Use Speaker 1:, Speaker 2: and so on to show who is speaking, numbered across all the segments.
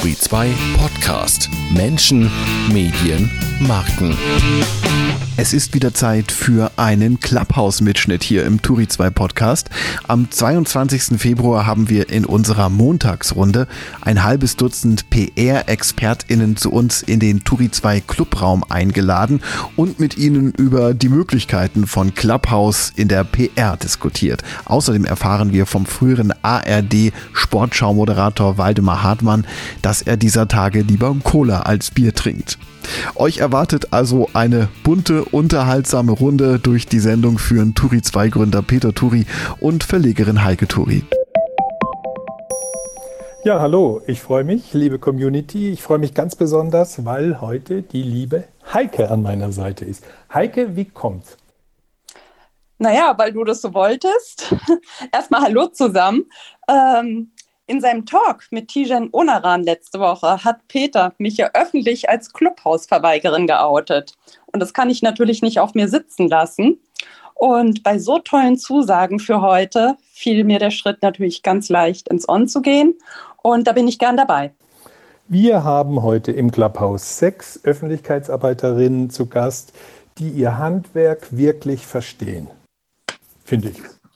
Speaker 1: Turi 2 Podcast. Menschen, Medien, Marken.
Speaker 2: Es ist wieder Zeit für einen Clubhouse-Mitschnitt hier im Turi 2 Podcast. Am 22. Februar haben wir in unserer Montagsrunde ein halbes Dutzend PR-ExpertInnen zu uns in den Turi 2 Clubraum eingeladen und mit ihnen über die Möglichkeiten von Clubhouse in der PR diskutiert. Außerdem erfahren wir vom früheren ARD-Sportschau-Moderator Waldemar Hartmann, dass er dieser Tage lieber Cola als Bier trinkt. Euch erwartet also eine bunte, unterhaltsame Runde. Durch die Sendung führen Turi 2 Gründer Peter Turi und Verlegerin Heike Turi.
Speaker 3: Ja, hallo, ich freue mich, liebe Community. Ich freue mich ganz besonders, weil heute die liebe Heike an meiner Seite ist. Heike, wie kommt's?
Speaker 4: Naja, weil du das so wolltest. Erstmal hallo zusammen. In seinem Talk mit Tijen Onaran letzte Woche hat Peter mich ja öffentlich als Clubhouse-Verweigerin geoutet. Und das kann ich natürlich nicht auf mir sitzen lassen. Und bei so tollen Zusagen für heute fiel mir der Schritt natürlich ganz leicht, ins On zu gehen. Und da bin ich gern dabei.
Speaker 3: Wir haben heute im Clubhouse 6 Öffentlichkeitsarbeiterinnen zu Gast, die ihr Handwerk wirklich verstehen. Finde ich.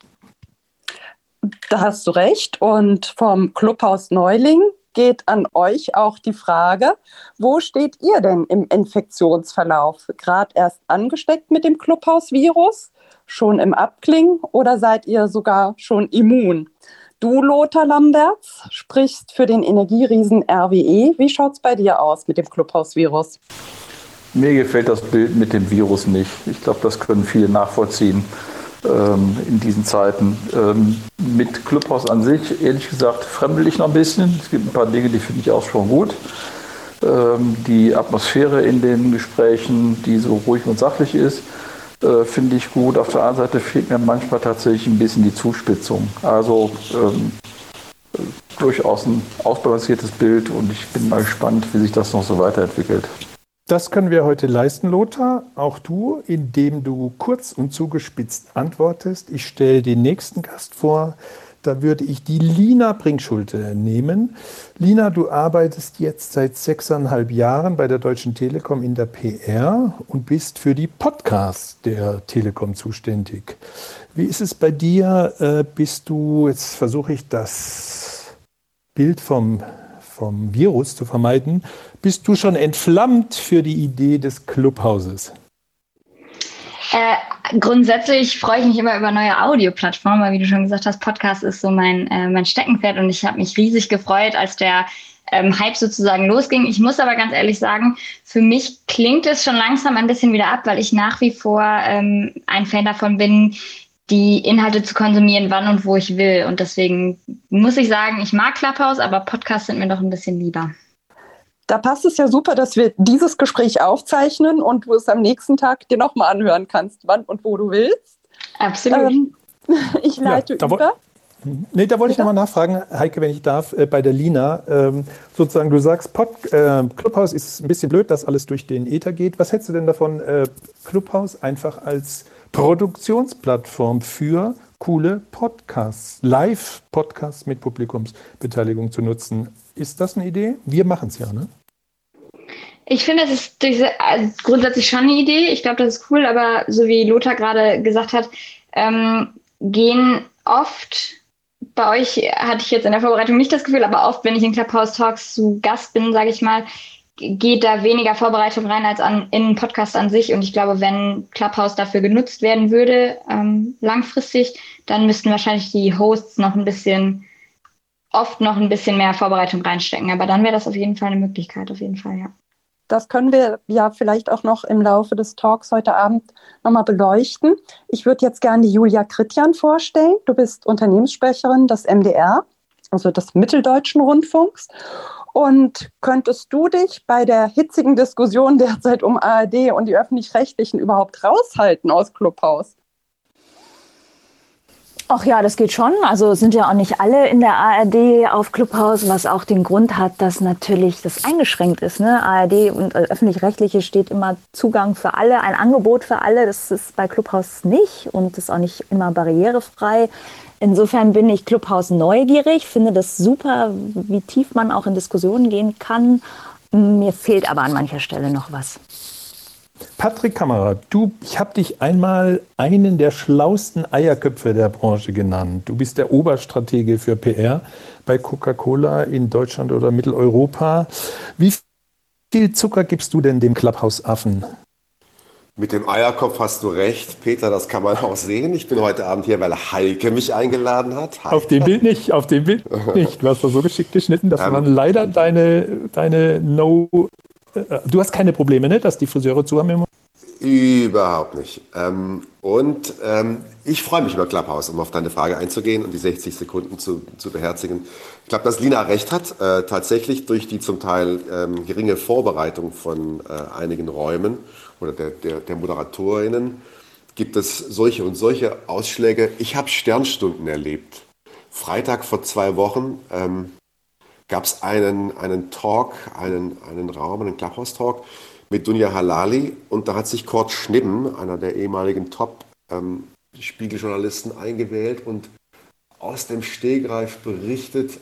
Speaker 4: Da hast du recht. Und vom Clubhaus Neuling geht an euch auch die Frage, wo steht ihr denn im Infektionsverlauf? Gerade erst angesteckt mit dem Clubhaus-Virus, schon im Abklingen oder seid ihr sogar schon immun? Du, Lothar Lamberts, sprichst für den Energieriesen RWE. Wie schaut es bei dir aus mit dem Clubhaus-Virus?
Speaker 5: Mir gefällt das Bild mit dem Virus nicht. Ich glaube, das können viele nachvollziehen in diesen Zeiten. Mit Clubhouse an sich, ehrlich gesagt, fremdel ich noch ein bisschen. Es gibt ein paar Dinge, die finde ich auch schon gut. Die Atmosphäre in den Gesprächen, die so ruhig und sachlich ist, finde ich gut. Auf der anderen Seite fehlt mir manchmal tatsächlich ein bisschen die Zuspitzung. Also durchaus ein ausbalanciertes Bild und ich bin mal gespannt, wie sich das noch so weiterentwickelt.
Speaker 3: Das können wir heute leisten, Lothar, auch du, indem du kurz und zugespitzt antwortest. Ich stelle den nächsten Gast vor. Da würde ich die Lina Brinkschulte nehmen. Lina, du arbeitest jetzt seit 6,5 Jahren bei der Deutschen Telekom in der PR und bist für die Podcasts der Telekom zuständig. Wie ist es bei dir? Bist du, jetzt versuche ich das Bild vom Virus zu vermeiden, bist du schon entflammt für die Idee des Clubhauses?
Speaker 6: Grundsätzlich freue ich mich immer über neue Audioplattformen, weil wie du schon gesagt hast, Podcast ist so mein Steckenpferd und ich habe mich riesig gefreut, als der Hype sozusagen losging. Ich muss aber ganz ehrlich sagen, für mich klingt es schon langsam ein bisschen wieder ab, weil ich nach wie vor ein Fan davon bin, die Inhalte zu konsumieren, wann und wo ich will. Und deswegen muss ich sagen, ich mag Clubhouse, aber Podcasts sind mir doch ein bisschen lieber.
Speaker 4: Da passt es ja super, dass wir dieses Gespräch aufzeichnen und du es am nächsten Tag dir nochmal anhören kannst, wann und wo du willst.
Speaker 6: Absolut.
Speaker 4: Ich leite über.
Speaker 3: Da wollte ich nochmal nachfragen, Heike, wenn ich darf, bei der Lina. Sozusagen, du sagst, Clubhouse ist ein bisschen blöd, dass alles durch den Äther geht. Was hältst du denn davon, Clubhouse einfach als Produktionsplattform für coole Podcasts, Live-Podcasts mit Publikumsbeteiligung zu nutzen? Ist das eine Idee? Wir machen es ja, ne?
Speaker 6: Ich finde, das ist grundsätzlich schon eine Idee. Ich glaube, das ist cool, aber so wie Lothar gerade gesagt hat, gehen oft, bei euch hatte ich jetzt in der Vorbereitung nicht das Gefühl, aber oft, wenn ich in Clubhouse Talks zu Gast bin, sage ich mal, geht da weniger Vorbereitung rein als in einen Podcast an sich. Und ich glaube, wenn Clubhouse dafür genutzt werden würde, langfristig, dann müssten wahrscheinlich die Hosts oft noch ein bisschen mehr Vorbereitung reinstecken. Aber dann wäre das auf jeden Fall eine Möglichkeit, auf jeden Fall, ja.
Speaker 4: Das können wir ja vielleicht auch noch im Laufe des Talks heute Abend nochmal beleuchten. Ich würde jetzt gerne die Julia Kritjan vorstellen. Du bist Unternehmenssprecherin des MDR, also des Mitteldeutschen Rundfunks. Und könntest du dich bei der hitzigen Diskussion derzeit um ARD und die Öffentlich-Rechtlichen überhaupt raushalten aus Clubhouse?
Speaker 7: Ach ja, das geht schon. Also sind ja auch nicht alle in der ARD auf Clubhouse, was auch den Grund hat, dass natürlich das eingeschränkt ist. Ne? ARD und Öffentlich-Rechtliche steht immer Zugang für alle, ein Angebot für alle. Das ist bei Clubhouse nicht und ist auch nicht immer barrierefrei. Insofern bin ich Clubhouse neugierig, finde das super, wie tief man auch in Diskussionen gehen kann. Mir fehlt aber an mancher Stelle noch was.
Speaker 3: Patrick Kammerer, ich habe dich einmal einen der schlauesten Eierköpfe der Branche genannt. Du bist der Oberstratege für PR bei Coca-Cola in Deutschland oder Mitteleuropa. Wie viel Zucker gibst du denn dem Clubhouse-Affen?
Speaker 8: Mit dem Eierkopf hast du recht, Peter, das kann man auch sehen. Ich bin heute Abend hier, weil Heike mich eingeladen hat. Heike.
Speaker 3: Auf dem Bild nicht. Du hast da so geschickt geschnitten, das waren leider deine Du hast keine Probleme, ne, dass die Friseure zu haben im Moment?
Speaker 8: Überhaupt nicht. Ich freue mich über Clubhouse, um auf deine Frage einzugehen und die 60 Sekunden zu beherzigen. Ich glaube, dass Lina recht hat. Tatsächlich durch die zum Teil geringe Vorbereitung von einigen Räumen oder der Moderatorinnen gibt es solche und solche Ausschläge. Ich habe Sternstunden erlebt. Freitag vor 2 Wochen gab es einen Talk, einen Raum, einen Clubhouse-Talk mit Dunja Halali und da hat sich Kurt Schnibben, einer der ehemaligen Top-Spiegeljournalisten, eingewählt und aus dem Stegreif berichtet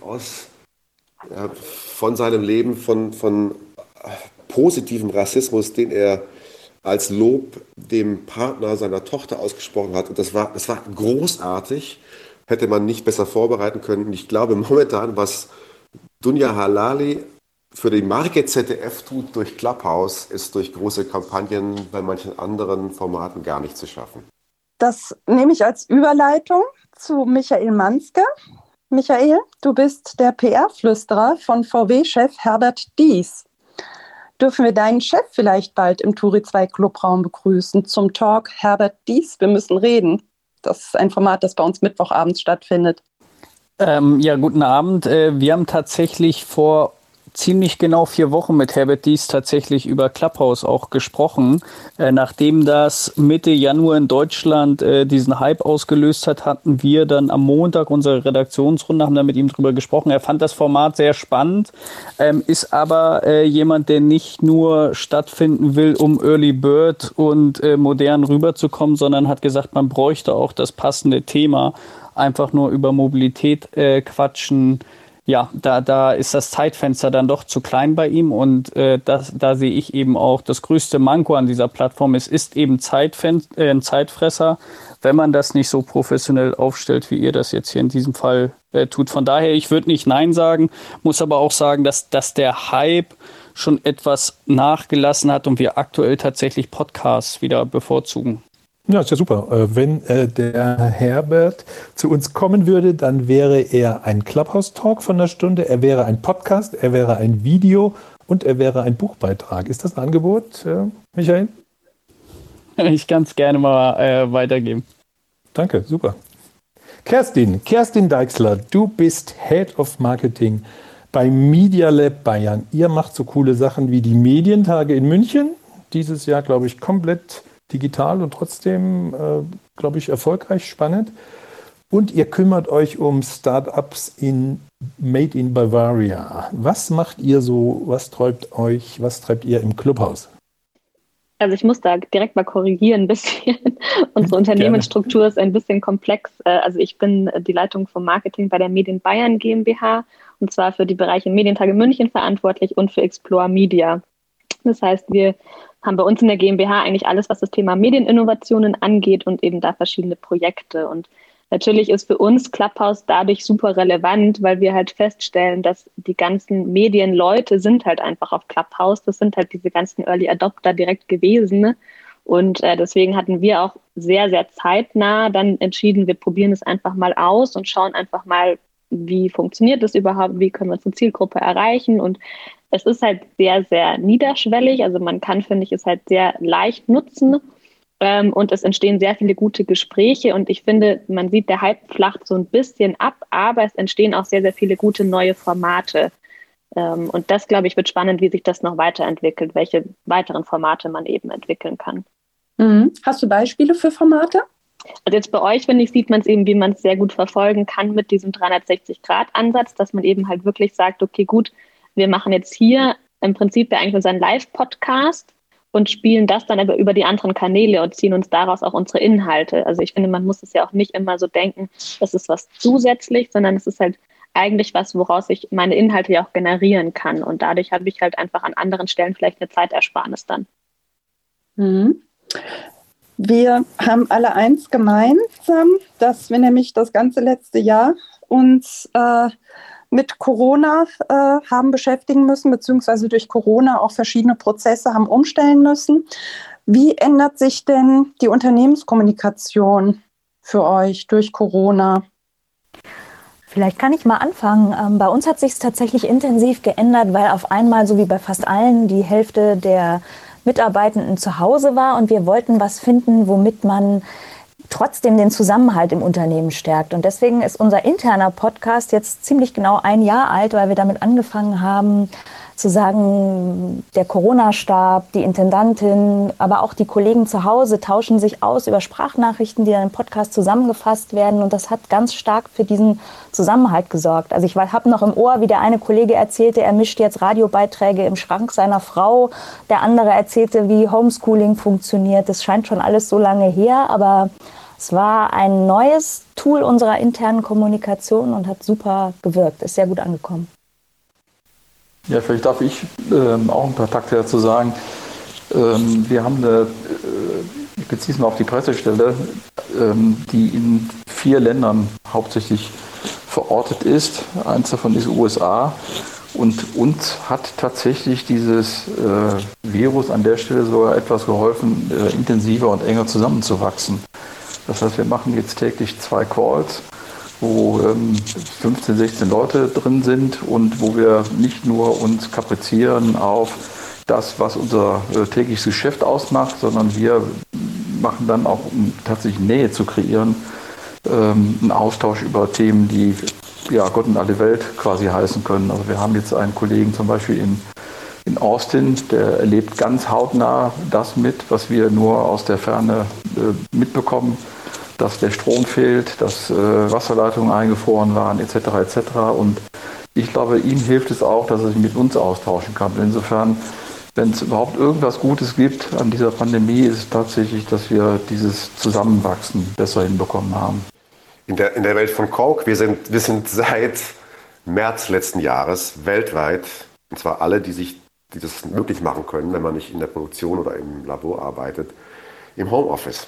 Speaker 8: von seinem Leben, von positiven Rassismus, den er als Lob dem Partner seiner Tochter ausgesprochen hat. Und das war großartig, hätte man nicht besser vorbereiten können. Und ich glaube momentan, was Dunja Halali für die Marke ZDF tut durch Clubhouse, ist durch große Kampagnen bei manchen anderen Formaten gar nicht zu schaffen.
Speaker 4: Das nehme ich als Überleitung zu Michael Manske. Michael, du bist der PR-Flüsterer von VW-Chef Herbert Diess. Dürfen wir deinen Chef vielleicht bald im Turi 2 Clubraum begrüßen zum Talk Herbert Diess, wir müssen reden. Das ist ein Format, das bei uns Mittwochabends stattfindet.
Speaker 9: Ja, guten Abend. Wir haben tatsächlich vor ziemlich genau 4 Wochen mit Herbert Diess tatsächlich über Clubhouse auch gesprochen. Nachdem das Mitte Januar in Deutschland diesen Hype ausgelöst hat, hatten wir dann am Montag unsere Redaktionsrunde, haben da mit ihm drüber gesprochen. Er fand das Format sehr spannend, ist aber jemand, der nicht nur stattfinden will, um Early Bird und modern rüberzukommen, sondern hat gesagt, man bräuchte auch das passende Thema. Einfach nur über Mobilität quatschen. Ja, da ist das Zeitfenster dann doch zu klein bei ihm und da sehe ich eben auch das größte Manko an dieser Plattform. Es ist eben ein Zeitfresser, wenn man das nicht so professionell aufstellt, wie ihr das jetzt hier in diesem Fall tut. Von daher, ich würde nicht Nein sagen, muss aber auch sagen, dass der Hype schon etwas nachgelassen hat und wir aktuell tatsächlich Podcasts wieder bevorzugen.
Speaker 3: Ja, ist ja super. Wenn der Herbert zu uns kommen würde, dann wäre er ein Clubhouse-Talk von 1 Stunde, er wäre ein Podcast, er wäre ein Video und er wäre ein Buchbeitrag. Ist das ein Angebot, Michael?
Speaker 9: Ich kann es gerne mal weitergeben.
Speaker 3: Danke, super. Kerstin Deixler, du bist Head of Marketing bei Media Lab Bayern. Ihr macht so coole Sachen wie die Medientage in München. Dieses Jahr, glaube ich, komplett digital und trotzdem, glaube ich, erfolgreich, spannend. Und ihr kümmert euch um Startups Made in Bavaria. Was macht ihr so? Was treibt ihr im Clubhaus?
Speaker 6: Also ich muss da direkt mal korrigieren ein bisschen. Unsere Unternehmensstruktur ist ein bisschen komplex. Also ich bin die Leitung vom Marketing bei der Medien Bayern GmbH und zwar für die Bereiche Medientage München verantwortlich und für Explore Media. Das heißt, wir haben bei uns in der GmbH eigentlich alles, was das Thema Medieninnovationen angeht und eben da verschiedene Projekte. Und natürlich ist für uns Clubhouse dadurch super relevant, weil wir halt feststellen, dass die ganzen Medienleute sind halt einfach auf Clubhouse. Das sind halt diese ganzen Early Adopter direkt gewesen. Ne? Und deswegen hatten wir auch sehr, sehr zeitnah dann entschieden, wir probieren es einfach mal aus und schauen einfach mal, wie funktioniert das überhaupt, wie können wir unsere Zielgruppe erreichen. Und es ist halt sehr, sehr niederschwellig. Also man kann, finde ich, es halt sehr leicht nutzen und es entstehen sehr viele gute Gespräche. Und ich finde, man sieht, der Hype flacht so ein bisschen ab, aber es entstehen auch sehr, sehr viele gute neue Formate. Und das, glaube ich, wird spannend, wie sich das noch weiterentwickelt, welche weiteren Formate man eben entwickeln kann.
Speaker 4: Mhm. Hast du Beispiele für Formate?
Speaker 6: Also jetzt bei euch, finde ich, sieht man es eben, wie man es sehr gut verfolgen kann mit diesem 360-Grad-Ansatz, dass man eben halt wirklich sagt, okay, gut, wir machen jetzt hier im Prinzip ja eigentlich unseren Live-Podcast
Speaker 10: und spielen das dann aber über die anderen Kanäle und ziehen uns daraus auch unsere Inhalte. Also ich finde, man muss es ja auch nicht immer so denken, das ist was zusätzlich, sondern es ist halt eigentlich was, woraus ich meine Inhalte ja auch generieren kann. Und dadurch habe ich halt einfach an anderen Stellen vielleicht eine Zeitersparnis dann.
Speaker 4: Wir haben alle eins gemeinsam, dass wir nämlich das ganze letzte Jahr uns mit Corona haben beschäftigen müssen, beziehungsweise durch Corona auch verschiedene Prozesse haben umstellen müssen. Wie ändert sich denn die Unternehmenskommunikation für euch durch Corona?
Speaker 7: Vielleicht kann ich mal anfangen. Bei uns hat sich es tatsächlich intensiv geändert, weil auf einmal, so wie bei fast allen, die Hälfte der Mitarbeitenden zu Hause war und wir wollten was finden, womit man trotzdem den Zusammenhalt im Unternehmen stärkt. Und deswegen ist unser interner Podcast jetzt ziemlich genau 1 Jahr alt, weil wir damit angefangen haben zu sagen, der Corona-Stab, die Intendantin, aber auch die Kollegen zu Hause tauschen sich aus über Sprachnachrichten, die dann im Podcast zusammengefasst werden. Und das hat ganz stark für diesen Zusammenhalt gesorgt. Also ich habe noch im Ohr, wie der eine Kollege erzählte, er mischt jetzt Radiobeiträge im Schrank seiner Frau. Der andere erzählte, wie Homeschooling funktioniert. Das scheint schon alles so lange her, aber es war ein neues Tool unserer internen Kommunikation und hat super gewirkt, ist sehr gut angekommen.
Speaker 5: Ja, vielleicht darf ich auch ein paar Takte dazu sagen. Wir haben ich beziehe es mal auf die Pressestelle, die in 4 Ländern hauptsächlich verortet ist. Eins davon ist USA. Und uns hat tatsächlich dieses Virus an der Stelle sogar etwas geholfen, intensiver und enger zusammenzuwachsen. Das heißt, wir machen jetzt täglich 2 Calls, wo 15, 16 Leute drin sind und wo wir nicht nur uns kaprizieren auf das, was unser tägliches Geschäft ausmacht, sondern wir machen dann auch, um tatsächlich Nähe zu kreieren, einen Austausch über Themen, die ja Gott und alle Welt quasi heißen können. Also wir haben jetzt einen Kollegen zum Beispiel in Austin, der erlebt ganz hautnah das mit, was wir nur aus der Ferne mitbekommen, dass der Strom fehlt, dass Wasserleitungen eingefroren waren, etc. etc. Und ich glaube, ihm hilft es auch, dass er sich mit uns austauschen kann. Insofern, wenn es überhaupt irgendwas Gutes gibt an dieser Pandemie, ist es tatsächlich, dass wir dieses Zusammenwachsen besser hinbekommen haben.
Speaker 8: In der Welt von Coke, wir sind seit März letzten Jahres weltweit, und zwar alle, die das möglich machen können, wenn man nicht in der Produktion oder im Labor arbeitet, im Homeoffice.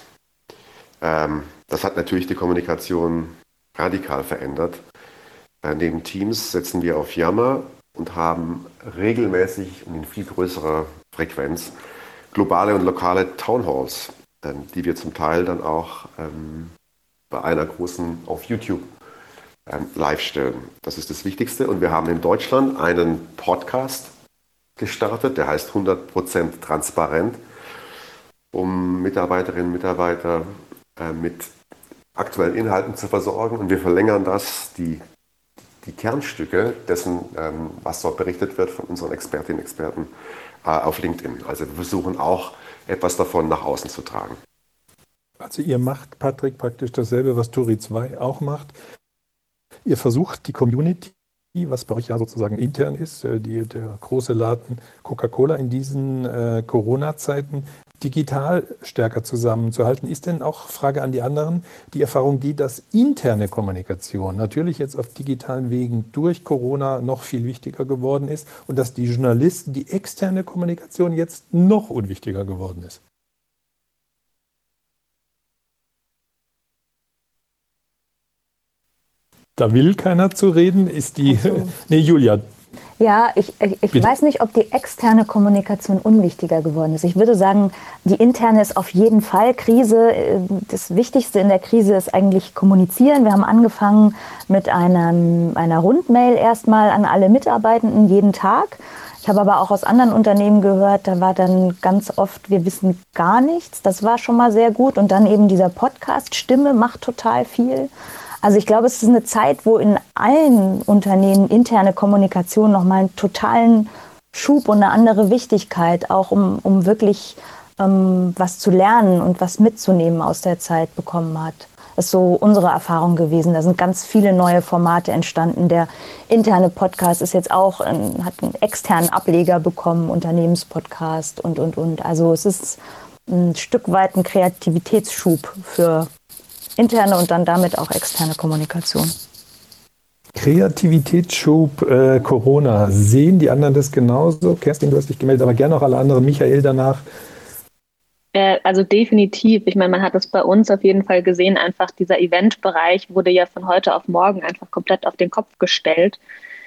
Speaker 8: Das hat natürlich die Kommunikation radikal verändert. Neben Teams setzen wir auf Yammer und haben regelmäßig und in viel größerer Frequenz globale und lokale Townhalls, die wir zum Teil dann auch bei einer großen auf YouTube live stellen. Das ist das Wichtigste. Und wir haben in Deutschland einen Podcast gestartet, der heißt 100% transparent, um Mitarbeiterinnen und Mitarbeiter mit aktuellen Inhalten zu versorgen. Und wir verlängern das, die Kernstücke dessen, was dort berichtet wird von unseren Expertinnen und Experten auf LinkedIn. Also wir versuchen auch etwas davon nach außen zu tragen.
Speaker 3: Also ihr macht, Patrick, praktisch dasselbe, was Turi 2 auch macht. Ihr versucht die Community, was bei euch ja sozusagen intern ist, der große Laden Coca-Cola in diesen Corona-Zeiten digital stärker zusammenzuhalten. Ist denn auch, Frage an die anderen, die Erfahrung dass interne Kommunikation natürlich jetzt auf digitalen Wegen durch Corona noch viel wichtiger geworden ist und dass die Journalisten, die externe Kommunikation jetzt noch unwichtiger geworden ist? Da will keiner zu reden, ist die... Also. Nee, Julia.
Speaker 7: Ja, ich weiß nicht, ob die externe Kommunikation unwichtiger geworden ist. Ich würde sagen, die interne ist auf jeden Fall Krise. Das Wichtigste in der Krise ist eigentlich kommunizieren. Wir haben angefangen mit einer Rundmail erstmal an alle Mitarbeitenden jeden Tag. Ich habe aber auch aus anderen Unternehmen gehört, da war dann ganz oft, wir wissen gar nichts. Das war schon mal sehr gut. Und dann eben dieser Podcast, Stimme macht total viel. Also ich glaube, es ist eine Zeit, wo in allen Unternehmen interne Kommunikation nochmal einen totalen Schub und eine andere Wichtigkeit, auch um wirklich was zu lernen und was mitzunehmen aus der Zeit bekommen hat. ist so unsere Erfahrung gewesen. Da sind ganz viele neue Formate entstanden. Der interne Podcast ist jetzt auch, hat einen externen Ableger bekommen, Unternehmenspodcast und. Also es ist ein Stück weit ein Kreativitätsschub für interne und dann damit auch externe Kommunikation.
Speaker 3: Kreativitätsschub, Corona. Sehen die anderen das genauso? Kerstin, du hast dich gemeldet, aber gerne auch alle anderen. Michael danach.
Speaker 10: Also definitiv. Ich meine, man hat es bei uns auf jeden Fall gesehen, einfach dieser Eventbereich wurde ja von heute auf morgen einfach komplett auf den Kopf gestellt.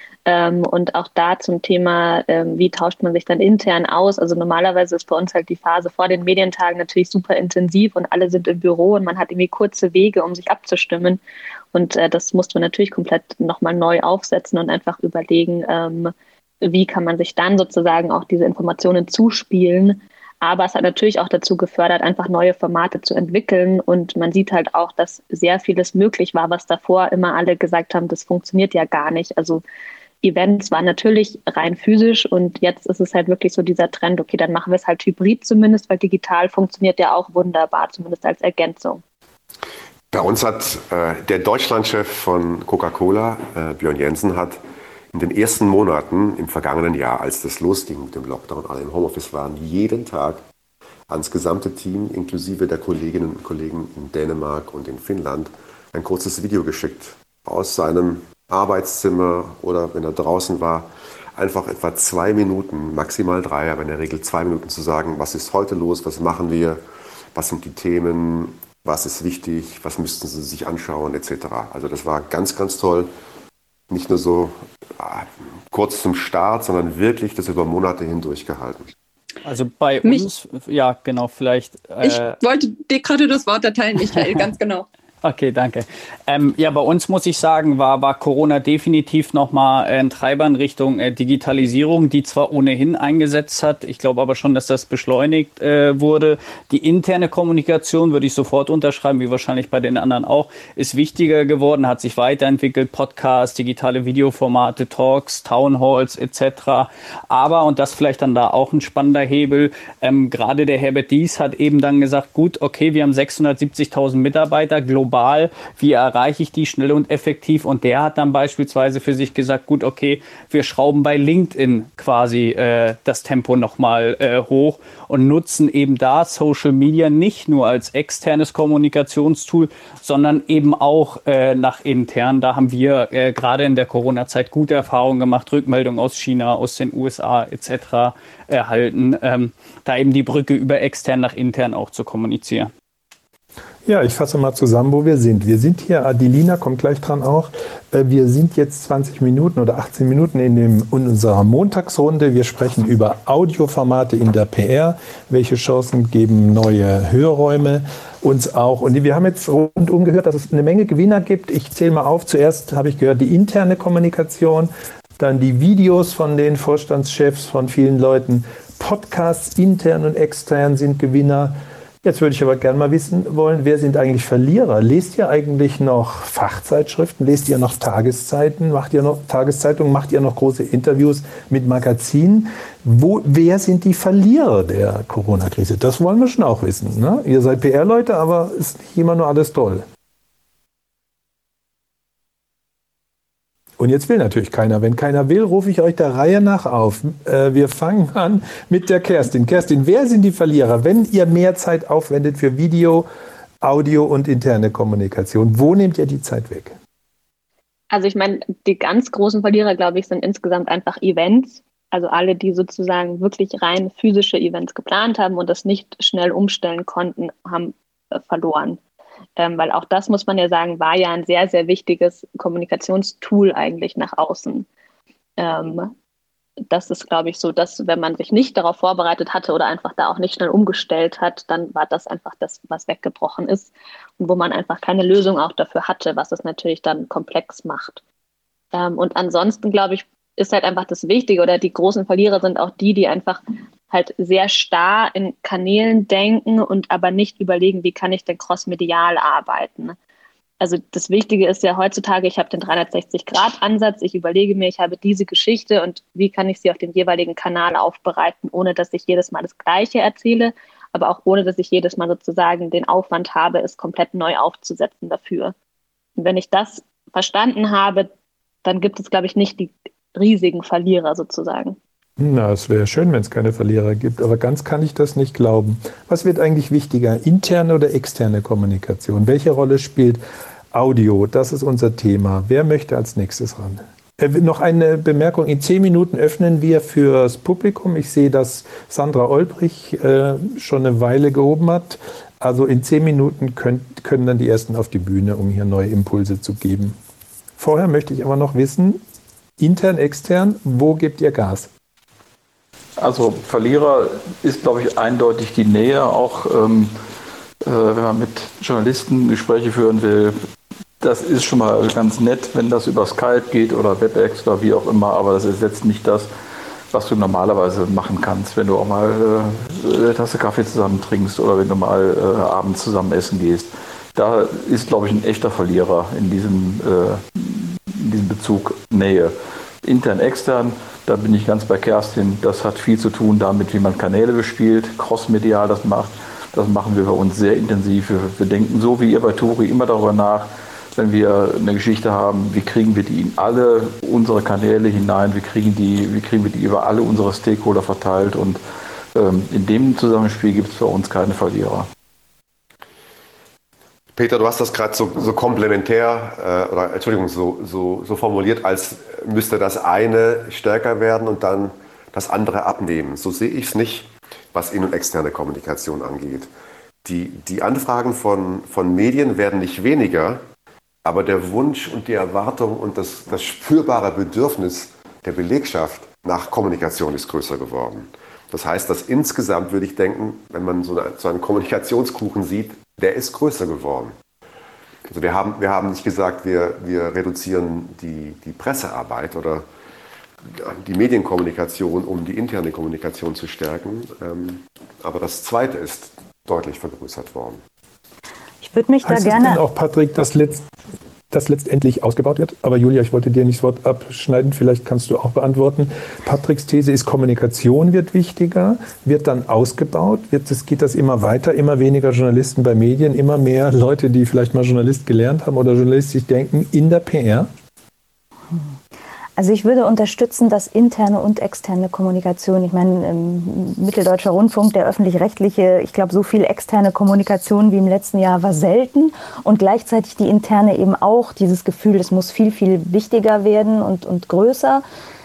Speaker 10: Und auch da zum Thema, wie tauscht man sich dann intern aus? Also normalerweise ist bei uns halt die Phase vor den Medientagen natürlich super intensiv und alle sind im Büro und man hat irgendwie kurze Wege, um sich abzustimmen. Und das musste man natürlich komplett nochmal neu aufsetzen und einfach überlegen, wie kann man sich dann sozusagen auch diese Informationen zuspielen. Aber es hat natürlich auch dazu gefördert, einfach neue Formate zu entwickeln. Und man sieht halt auch, dass sehr vieles möglich war, was davor immer alle gesagt haben, das funktioniert ja gar nicht. Also Events waren natürlich rein physisch und jetzt ist es halt wirklich so dieser Trend, okay, dann machen wir es halt hybrid zumindest, weil digital funktioniert ja auch wunderbar, zumindest als Ergänzung.
Speaker 8: Bei uns hat der Deutschlandchef von Coca-Cola, Björn Jensen, hat in den ersten Monaten im vergangenen Jahr, als das losging mit dem Lockdown, alle im Homeoffice waren, jeden Tag ans gesamte Team, inklusive der Kolleginnen und Kollegen in Dänemark und in Finnland, ein kurzes Video geschickt aus seinem Arbeitszimmer oder wenn er draußen war, einfach etwa 2 Minuten, maximal 3, aber in der Regel 2 Minuten zu sagen, was ist heute los, was machen wir, was sind die Themen, was ist wichtig, was müssten Sie sich anschauen, etc. Also das war ganz, ganz toll. Nicht nur so kurz zum Start, sondern wirklich das über Monate hindurch gehalten.
Speaker 9: Also bei uns, ja genau, vielleicht.
Speaker 4: Ich wollte dir gerade das Wort erteilen, Michael, ganz genau.
Speaker 9: Okay, danke. Ja, bei uns muss ich sagen, war Corona definitiv nochmal ein Treiber in Richtung Digitalisierung, die zwar ohnehin eingesetzt hat, ich glaube aber schon, dass das beschleunigt wurde. Die interne Kommunikation, würde ich sofort unterschreiben, wie wahrscheinlich bei den anderen auch, ist wichtiger geworden, hat sich weiterentwickelt, Podcasts, digitale Videoformate, Talks, Townhalls etc. Aber, und das vielleicht dann da auch ein spannender Hebel, gerade der Herbert Diess hat eben dann gesagt, gut, okay, wir haben 670.000 Mitarbeiter global, wie erreiche ich die schnell und effektiv? Und der hat dann beispielsweise für sich gesagt, gut, okay, wir schrauben bei LinkedIn quasi das Tempo nochmal hoch und nutzen eben da Social Media nicht nur als externes Kommunikationstool, sondern eben auch nach intern. Da haben wir gerade in der Corona-Zeit gute Erfahrungen gemacht, Rückmeldungen aus China, aus den USA etc. erhalten, da eben die Brücke über extern nach intern auch zu kommunizieren.
Speaker 3: Ja, ich fasse mal zusammen, wo wir sind. Wir sind hier, Adelina kommt gleich dran auch, wir sind jetzt 20 Minuten oder 18 Minuten in unserer Montagsrunde. Wir sprechen über Audioformate in der PR. Welche Chancen geben neue Hörräume uns auch? Und wir haben jetzt rundum gehört, dass es eine Menge Gewinner gibt. Ich zähle mal auf. Zuerst habe ich gehört, die interne Kommunikation, dann die Videos von den Vorstandschefs von vielen Leuten. Podcasts intern und extern sind Gewinner. Jetzt würde ich aber gerne mal wissen wollen, wer sind eigentlich Verlierer? Lest ihr eigentlich noch Fachzeitschriften? Lest ihr noch Tageszeiten? Macht ihr noch Tageszeitungen? Macht ihr noch große Interviews mit Magazinen? Wer sind die Verlierer der Corona-Krise? Das wollen wir schon auch wissen. Ne? Ihr seid PR-Leute, aber ist nicht immer nur alles toll. Und jetzt will natürlich keiner. Wenn keiner will, rufe ich euch der Reihe nach auf. Wir fangen an mit der Kerstin. Kerstin, wer sind die Verlierer, wenn ihr mehr Zeit aufwendet für Video, Audio und interne Kommunikation? Wo nehmt ihr die Zeit weg?
Speaker 10: Also ich meine, die ganz großen Verlierer, glaube ich, sind insgesamt einfach Events. Also alle, die sozusagen wirklich rein physische Events geplant haben und das nicht schnell umstellen konnten, haben verloren. Weil auch das, muss man ja sagen, war ja ein sehr, sehr wichtiges Kommunikationstool eigentlich nach außen. Das ist, glaube ich, so, dass wenn man sich nicht darauf vorbereitet hatte oder einfach da auch nicht schnell umgestellt hat, dann war das einfach das, was weggebrochen ist und wo man einfach keine Lösung auch dafür hatte, was es natürlich dann komplex macht. Und ansonsten, glaube ich, ist halt einfach das Wichtige oder die großen Verlierer sind auch die einfach halt sehr starr in Kanälen denken und aber nicht überlegen, wie kann ich denn crossmedial arbeiten. Also das Wichtige ist ja heutzutage, ich habe den 360-Grad-Ansatz, ich überlege mir, ich habe diese Geschichte und wie kann ich sie auf dem jeweiligen Kanal aufbereiten, ohne dass ich jedes Mal das Gleiche erzähle, aber auch ohne, dass ich jedes Mal sozusagen den Aufwand habe, es komplett neu aufzusetzen dafür. Und wenn ich das verstanden habe, dann gibt es, glaube ich, nicht die riesigen Verlierer sozusagen.
Speaker 3: Na, es wäre schön, wenn es keine Verlierer gibt, aber ganz kann ich das nicht glauben. Was wird eigentlich wichtiger, interne oder externe Kommunikation? Welche Rolle spielt Audio? Das ist unser Thema. Wer möchte als nächstes ran? Noch eine Bemerkung. In 10 Minuten öffnen wir fürs Publikum. Ich sehe, dass Sandra Olbrich schon eine Weile gehoben hat. Also in 10 Minuten können dann die Ersten auf die Bühne, um hier neue Impulse zu geben. Vorher möchte ich aber noch wissen, intern, extern, wo gebt ihr Gas?
Speaker 5: Also Verlierer ist, glaube ich, eindeutig die Nähe, auch wenn man mit Journalisten Gespräche führen will. Das ist schon mal ganz nett, wenn das über Skype geht oder WebEx oder wie auch immer, aber das ersetzt nicht das, was du normalerweise machen kannst, wenn du auch mal eine Tasse Kaffee zusammen trinkst oder wenn du mal abends zusammen essen gehst. Da ist, glaube ich, ein echter Verlierer in diesem Bezug Nähe. Intern, extern, da bin ich ganz bei Kerstin. Das hat viel zu tun damit, wie man Kanäle bespielt, crossmedial das macht. Das machen wir bei uns sehr intensiv. Wir denken so wie ihr bei Turi immer darüber nach, wenn wir eine Geschichte haben, wie kriegen wir die in alle unsere Kanäle hinein, wie kriegen wir die über alle unsere Stakeholder verteilt, und in dem Zusammenspiel gibt es für uns keine Verlierer.
Speaker 8: Peter, du hast das gerade so komplementär, so formuliert, als müsste das eine stärker werden und dann das andere abnehmen. So sehe ich es nicht, was in- und externe Kommunikation angeht. Die Anfragen von Medien werden nicht weniger, aber der Wunsch und die Erwartung und das spürbare Bedürfnis der Belegschaft nach Kommunikation ist größer geworden. Das heißt, dass insgesamt, würde ich denken, wenn man so einen Kommunikationskuchen sieht, der ist größer geworden. Also wir haben nicht gesagt, wir reduzieren die Pressearbeit oder die Medienkommunikation, um die interne Kommunikation zu stärken. Aber das Zweite ist deutlich vergrößert worden.
Speaker 7: Ich würde mich da
Speaker 3: Heißt
Speaker 7: gerne...
Speaker 3: es denn auch, Patrick, dass letztendlich ausgebaut wird? Aber Julia, ich wollte dir nicht das Wort abschneiden, vielleicht kannst du auch beantworten. Patricks These ist, Kommunikation wird wichtiger, wird dann ausgebaut, geht das immer weiter, immer weniger Journalisten bei Medien, immer mehr Leute, die vielleicht mal Journalist gelernt haben oder journalistisch denken, in der PR?
Speaker 7: Also ich würde unterstützen, dass interne und externe Kommunikation, ich meine, Mitteldeutscher Rundfunk, der öffentlich-rechtliche, ich glaube, so viel externe Kommunikation wie im letzten Jahr war selten, und gleichzeitig die interne eben auch, dieses Gefühl, es muss viel, viel wichtiger werden und größer.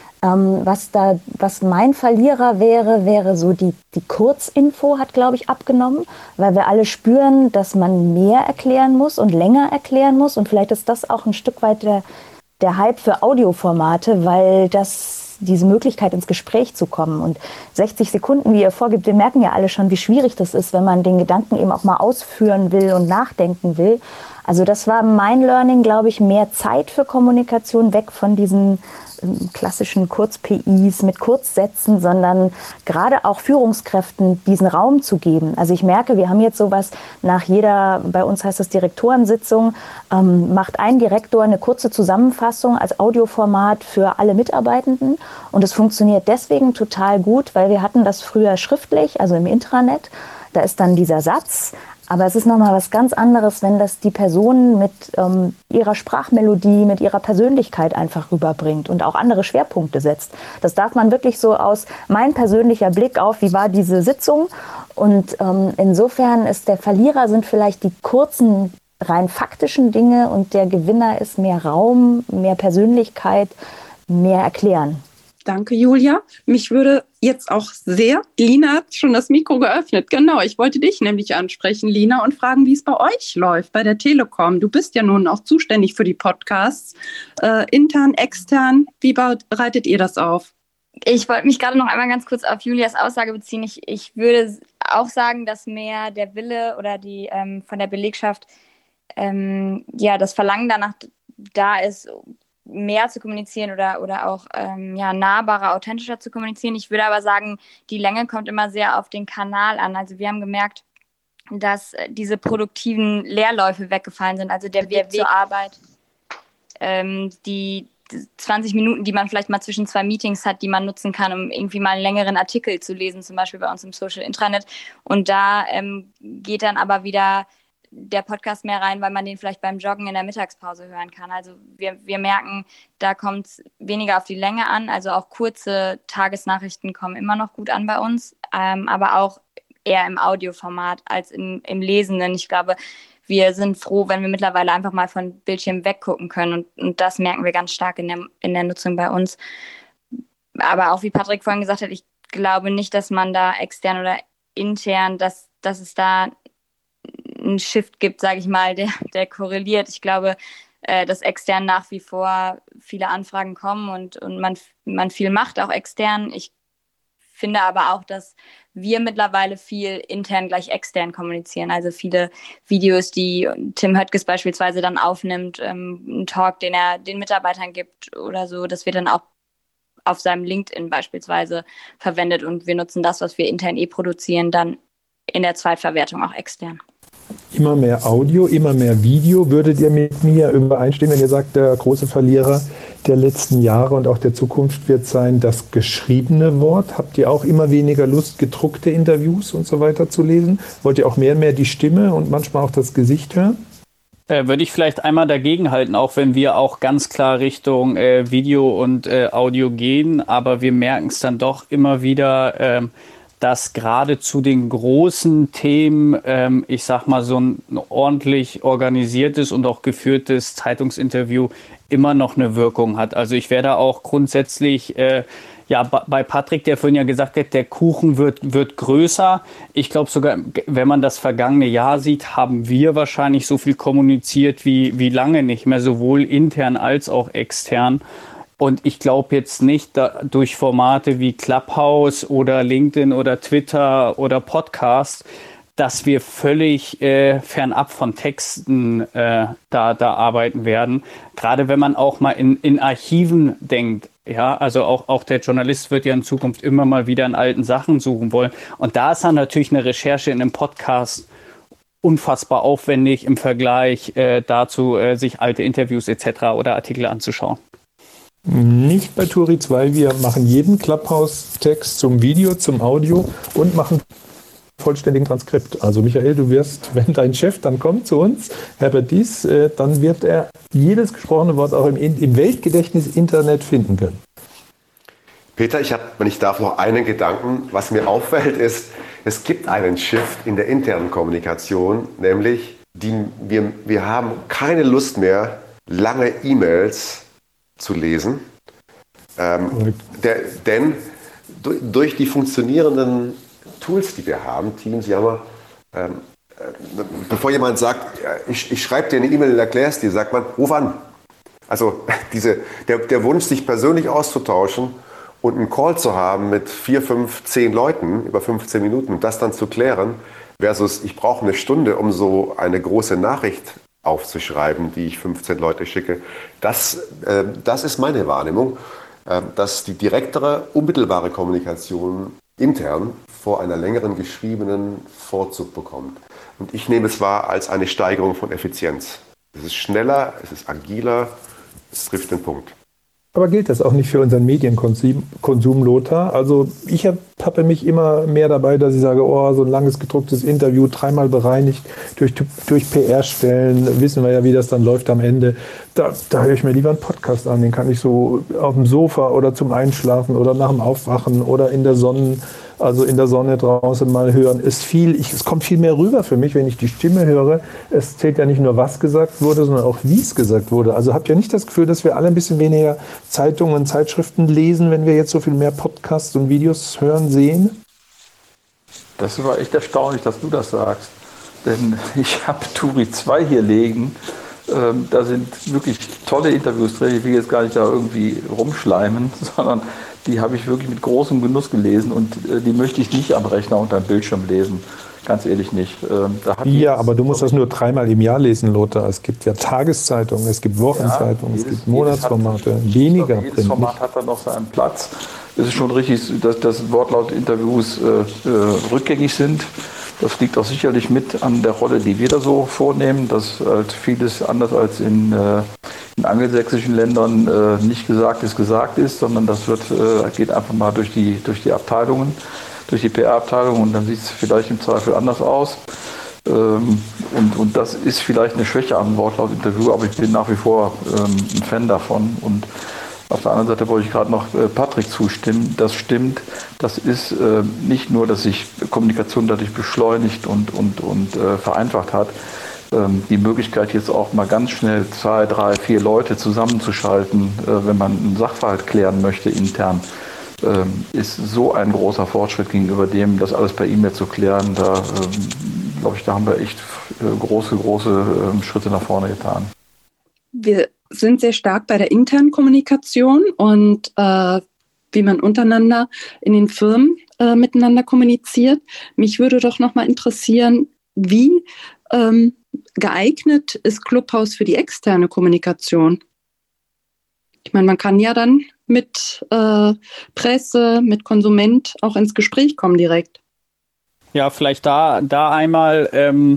Speaker 7: Was mein Verlierer wäre so die Kurzinfo hat, glaube ich, abgenommen, weil wir alle spüren, dass man mehr erklären muss und länger erklären muss, und vielleicht ist das auch ein Stück weit der Hype für Audioformate, weil diese Möglichkeit ins Gespräch zu kommen, und 60 Sekunden, wie ihr vorgibt, wir merken ja alle schon, wie schwierig das ist, wenn man den Gedanken eben auch mal ausführen will und nachdenken will. Also das war mein Learning, glaube ich, mehr Zeit für Kommunikation, weg von diesen klassischen Kurz-PIs mit Kurzsätzen, sondern gerade auch Führungskräften diesen Raum zu geben. Also ich merke, wir haben jetzt sowas bei uns heißt das Direktorensitzung, macht ein Direktor eine kurze Zusammenfassung als Audioformat für alle Mitarbeitenden, und es funktioniert deswegen total gut, weil wir hatten das früher schriftlich, also im Intranet, da ist dann dieser Satz. Aber es ist nochmal was ganz anderes, wenn das die Person mit ihrer Sprachmelodie, mit ihrer Persönlichkeit einfach rüberbringt und auch andere Schwerpunkte setzt. Das darf man wirklich so aus mein persönlicher Blick auf, wie war diese Sitzung. Und insofern ist der Verlierer sind vielleicht die kurzen, rein faktischen Dinge, und der Gewinner ist mehr Raum, mehr Persönlichkeit, mehr Erklären.
Speaker 4: Danke, Julia. Mich würde jetzt auch Lina hat schon das Mikro geöffnet. Genau, ich wollte dich nämlich ansprechen, Lina, und fragen, wie es bei euch läuft, bei der Telekom. Du bist ja nun auch zuständig für die Podcasts. Intern, extern, wie bereitet ihr das auf?
Speaker 6: Ich wollte mich gerade noch einmal ganz kurz auf Julias Aussage beziehen. Ich würde auch sagen, dass mehr der Wille oder die von der Belegschaft das Verlangen danach da ist, mehr zu kommunizieren oder auch nahbarer, authentischer zu kommunizieren. Ich würde aber sagen, die Länge kommt immer sehr auf den Kanal an. Also wir haben gemerkt, dass diese produktiven Leerläufe weggefallen sind, also der Weg zur Arbeit. 20 Minuten, die man vielleicht mal zwischen 2 Meetings hat, die man nutzen kann, um irgendwie mal einen längeren Artikel zu lesen, zum Beispiel bei uns im Social Intranet. Und da geht dann aber wieder der Podcast mehr rein, weil man den vielleicht beim Joggen in der Mittagspause hören kann. Also wir merken, da kommt es weniger auf die Länge an. Also auch kurze Tagesnachrichten kommen immer noch gut an bei uns, aber auch eher im Audioformat als im Lesenden. Ich glaube, wir sind froh, wenn wir mittlerweile einfach mal von Bildschirm weggucken können. Und das merken wir ganz stark in der Nutzung bei uns. Aber auch wie Patrick vorhin gesagt hat, ich glaube nicht, dass man da extern oder intern, dass es da einen Shift gibt, sage ich mal, der korreliert. Ich glaube, dass extern nach wie vor viele Anfragen kommen und man viel macht, auch extern. Ich finde aber auch, dass wir mittlerweile viel intern gleich extern kommunizieren. Also viele Videos, die Tim Höttges beispielsweise dann aufnimmt, einen Talk, den er den Mitarbeitern gibt oder so, das wird dann auch auf seinem LinkedIn beispielsweise verwendet und wir nutzen das, was wir intern produzieren, dann in der Zweitverwertung auch extern.
Speaker 3: Immer mehr Audio, immer mehr Video. Würdet ihr mit mir übereinstimmen, wenn ihr sagt, der große Verlierer der letzten Jahre und auch der Zukunft wird sein, das geschriebene Wort? Habt ihr auch immer weniger Lust, gedruckte Interviews und so weiter zu lesen? Wollt ihr auch mehr und mehr die Stimme und manchmal auch das Gesicht hören?
Speaker 9: Würde ich vielleicht einmal dagegen halten, auch wenn wir auch ganz klar Richtung Video und Audio gehen. Aber wir merken es dann doch immer wieder, dass gerade zu den großen Themen, ich sag mal, so ein ordentlich organisiertes und auch geführtes Zeitungsinterview immer noch eine Wirkung hat. Also ich wäre da auch grundsätzlich bei Patrick, der vorhin ja gesagt hat, der Kuchen wird größer. Ich glaube sogar, wenn man das vergangene Jahr sieht, haben wir wahrscheinlich so viel kommuniziert wie lange nicht mehr, sowohl intern als auch extern. Und ich glaube jetzt nicht durch Formate wie Clubhouse oder LinkedIn oder Twitter oder Podcast, dass wir völlig fernab von Texten da arbeiten werden. Gerade wenn man auch mal in Archiven denkt. Ja, also auch der Journalist wird ja in Zukunft immer mal wieder in alten Sachen suchen wollen. Und da ist dann natürlich eine Recherche in einem Podcast unfassbar aufwendig im Vergleich dazu, sich alte Interviews etc. oder Artikel anzuschauen.
Speaker 3: Nicht bei Turi 2. Wir machen jeden Clubhouse-Text zum Video, zum Audio und machen vollständigen Transkript. Also Michael, du wirst, wenn dein Chef dann kommt zu uns, Herbert Dies, dann wird er jedes gesprochene Wort auch im Weltgedächtnis Internet finden können.
Speaker 8: Peter, ich habe, wenn ich darf, noch einen Gedanken. Was mir auffällt, ist, es gibt einen Shift in der internen Kommunikation, nämlich wir haben keine Lust mehr, lange E-Mails zu lesen, denn durch die funktionierenden Tools, die wir haben, Teams, Yammer, bevor jemand sagt, ich schreibe dir eine E-Mail und erklär's dir, sagt man, ruf an. Also der Wunsch, sich persönlich auszutauschen und einen Call zu haben mit 4, 5, 10 Leuten über 15 Minuten und das dann zu klären, versus ich brauche eine Stunde, um so eine große Nachricht aufzuschreiben, die ich 15 Leute schicke. Das ist meine Wahrnehmung, dass die direktere, unmittelbare Kommunikation intern vor einer längeren geschriebenen Vorzug bekommt. Und ich nehme es wahr als eine Steigerung von Effizienz. Es ist schneller, es ist agiler, es trifft den Punkt.
Speaker 3: Aber gilt das auch nicht für unseren Medienkonsum, Lothar? Also ich ertappe mich immer mehr dabei, dass ich sage, oh, so ein langes gedrucktes Interview, 3-mal bereinigt durch PR-Stellen, wissen wir ja, wie das dann läuft am Ende. Da höre ich mir lieber einen Podcast an, den kann ich so auf dem Sofa oder zum Einschlafen oder nach dem Aufwachen oder in der Sonne draußen mal hören. Es kommt viel mehr rüber für mich, wenn ich die Stimme höre. Es zählt ja nicht nur, was gesagt wurde, sondern auch, wie es gesagt wurde. Also habt ihr nicht das Gefühl, dass wir alle ein bisschen weniger Zeitungen und Zeitschriften lesen, wenn wir jetzt so viel mehr Podcasts und Videos hören, sehen?
Speaker 5: Das war echt erstaunlich, dass du das sagst. Denn ich habe Turi 2 hier liegen. Da sind wirklich tolle Interviews drin. Ich will jetzt gar nicht da irgendwie rumschleimen, sondern die habe ich wirklich mit großem Genuss gelesen und die möchte ich nicht am Rechner unter dem Bildschirm lesen. Ganz ehrlich nicht.
Speaker 3: Aber du musst das nur 3-mal im Jahr lesen, Lothar. Es gibt ja Tageszeitungen, es gibt Wochenzeitungen, es gibt Monatsformate, weniger Print.
Speaker 5: Jedes Format hat dann noch seinen Platz. Es ist schon richtig, dass Wortlaut-Interviews rückgängig sind. Das liegt auch sicherlich mit an der Rolle, die wir da so vornehmen, dass halt vieles anders als in angelsächsischen Ländern nicht gesagt ist, sondern das geht einfach mal durch die Abteilungen, durch die PR-Abteilung und dann sieht es vielleicht im Zweifel anders aus. Und das ist vielleicht eine Schwäche am Wortlautinterview, aber ich bin nach wie vor ein Fan davon. Und auf der anderen Seite wollte ich gerade noch Patrick zustimmen. Das stimmt. Das ist nicht nur, dass sich Kommunikation dadurch beschleunigt und vereinfacht hat. Die Möglichkeit, jetzt auch mal ganz schnell 2, 3, 4 Leute zusammenzuschalten, wenn man einen Sachverhalt klären möchte intern, ist so ein großer Fortschritt gegenüber dem, das alles per E-Mail zu klären. Da glaube ich, da haben wir echt große Schritte nach vorne getan.
Speaker 4: Wir sind sehr stark bei der internen Kommunikation und wie man untereinander in den Firmen miteinander kommuniziert. Mich würde doch nochmal interessieren, wie geeignet ist Clubhouse für die externe Kommunikation? Ich meine, man kann ja dann mit Presse, mit Konsument auch ins Gespräch kommen direkt.
Speaker 9: Ja, vielleicht da einmal,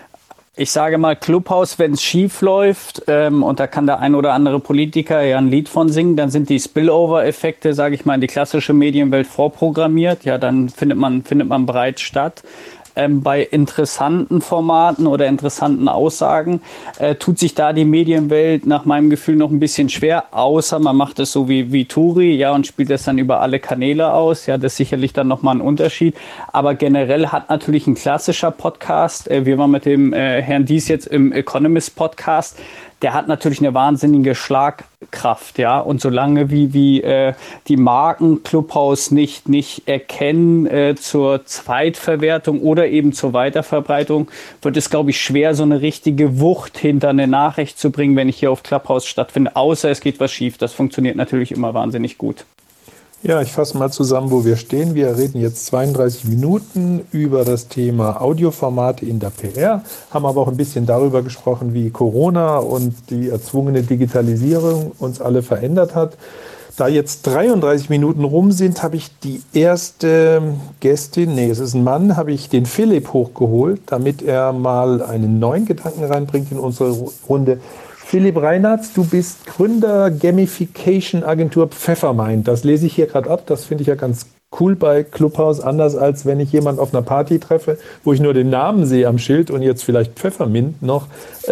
Speaker 9: ich sage mal Clubhouse, wenn es schief läuft und da kann der ein oder andere Politiker ja ein Lied von singen, dann sind die Spillover-Effekte, sage ich mal, in die klassische Medienwelt vorprogrammiert. Ja, dann findet man bereits statt. Bei interessanten Formaten oder interessanten Aussagen tut sich da die Medienwelt nach meinem Gefühl noch ein bisschen schwer, außer man macht es so wie Turi, ja, und spielt das dann über alle Kanäle aus. Ja, das ist sicherlich dann nochmal ein Unterschied. Aber generell hat natürlich ein klassischer Podcast, wir waren mit dem Herrn Dies jetzt im Economist-Podcast, der hat natürlich eine wahnsinnige Schlagkraft, ja. Und solange wie die Marken Clubhouse nicht erkennen zur Zweitverwertung oder eben zur Weiterverbreitung, wird es, glaube ich, schwer, so eine richtige Wucht hinter eine Nachricht zu bringen, wenn ich hier auf Clubhouse stattfinde. Außer es geht was schief. Das funktioniert natürlich immer wahnsinnig gut.
Speaker 3: Ja, ich fasse mal zusammen, wo wir stehen. Wir reden jetzt 32 Minuten über das Thema Audioformate in der PR, haben aber auch ein bisschen darüber gesprochen, wie Corona und die erzwungene Digitalisierung uns alle verändert hat. Da jetzt 33 Minuten rum sind, habe ich die erste Gästin, es ist ein Mann, habe ich den Philipp hochgeholt, damit er mal einen neuen Gedanken reinbringt in unsere Runde. Philipp Reinartz, du bist Gründer Gamification-Agentur Pfeffermind. Das lese ich hier gerade ab. Das finde ich ja ganz cool bei Clubhouse. Anders als wenn ich jemanden auf einer Party treffe, wo ich nur den Namen sehe am Schild und jetzt vielleicht Pfeffermint noch,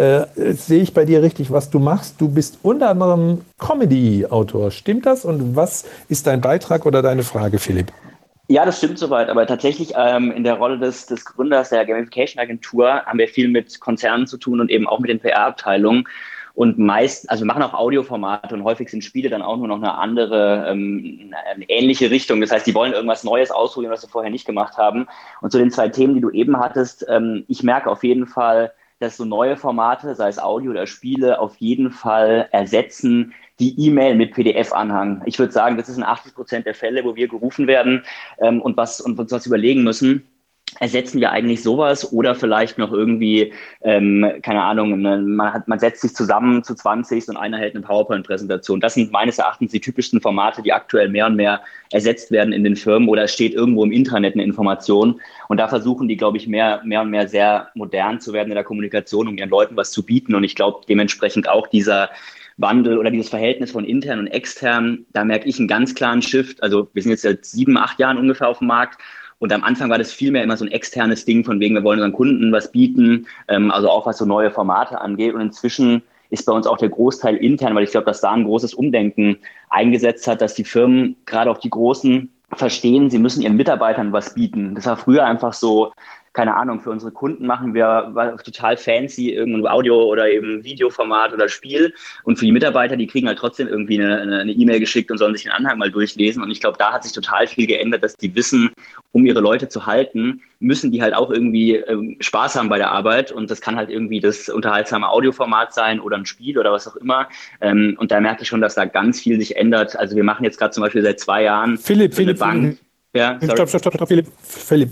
Speaker 3: sehe ich bei dir richtig, was du machst. Du bist unter anderem Comedy-Autor. Stimmt das? Und was ist dein Beitrag oder deine Frage, Philipp?
Speaker 11: Ja, das stimmt soweit, aber tatsächlich in der Rolle des Gründers der Gamification-Agentur haben wir viel mit Konzernen zu tun und eben auch mit den PR-Abteilungen. Und wir machen auch Audioformate und häufig sind Spiele dann auch nur noch eine andere, eine ähnliche Richtung. Das heißt, die wollen irgendwas Neues ausprobieren, was sie vorher nicht gemacht haben. Und zu den 2 Themen, die du eben hattest, ich merke auf jeden Fall, dass so neue Formate, sei es Audio oder Spiele, auf jeden Fall ersetzen die E-Mail mit PDF-Anhang. Ich würde sagen, das ist in 80% der Fälle, wo wir gerufen werden und uns was überlegen müssen. Ersetzen wir eigentlich sowas oder vielleicht noch irgendwie, keine Ahnung, man setzt sich zusammen zu 20 und einer hält eine PowerPoint-Präsentation. Das sind meines Erachtens die typischsten Formate, die aktuell mehr und mehr ersetzt werden in den Firmen oder es steht irgendwo im Intranet eine Information. Und da versuchen die, glaube ich, mehr und mehr sehr modern zu werden in der Kommunikation, um ihren Leuten was zu bieten. Und ich glaube, dementsprechend auch dieser Wandel oder dieses Verhältnis von intern und extern, da merke ich einen ganz klaren Shift. Also wir sind jetzt seit 7, 8 Jahren ungefähr auf dem Markt. Und am Anfang war das vielmehr immer so ein externes Ding, von wegen, wir wollen unseren Kunden was bieten, also auch was so neue Formate angeht. Und inzwischen ist bei uns auch der Großteil intern, weil ich glaube, dass da ein großes Umdenken eingesetzt hat, dass die Firmen, gerade auch die Großen, verstehen, sie müssen ihren Mitarbeitern was bieten. Das war früher einfach so, keine Ahnung, für unsere Kunden war total fancy, irgendein Audio- oder eben Videoformat oder Spiel. Und für die Mitarbeiter, die kriegen halt trotzdem irgendwie eine E-Mail geschickt und sollen sich den Anhang mal durchlesen. Und ich glaube, da hat sich total viel geändert, dass die wissen, um ihre Leute zu halten, müssen die halt auch irgendwie Spaß haben bei der Arbeit. Und das kann halt irgendwie das unterhaltsame Audioformat sein oder ein Spiel oder was auch immer. Und da merke ich schon, dass da ganz viel sich ändert. Also wir machen jetzt gerade zum Beispiel seit 2 Jahren
Speaker 3: Philipp,
Speaker 11: Bank. Ja,
Speaker 3: Stopp, Philipp,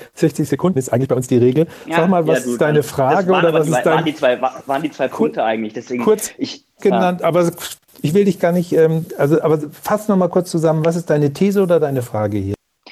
Speaker 3: 60 Sekunden ist eigentlich bei uns die Regel.
Speaker 11: Ja,
Speaker 3: sag mal, was ist deine Frage oder was ist dein...
Speaker 11: Waren die zwei Punkte eigentlich, deswegen...
Speaker 3: Kurz genannt, aber ich will dich gar nicht... aber fass noch mal kurz zusammen, was ist deine These oder deine Frage hier?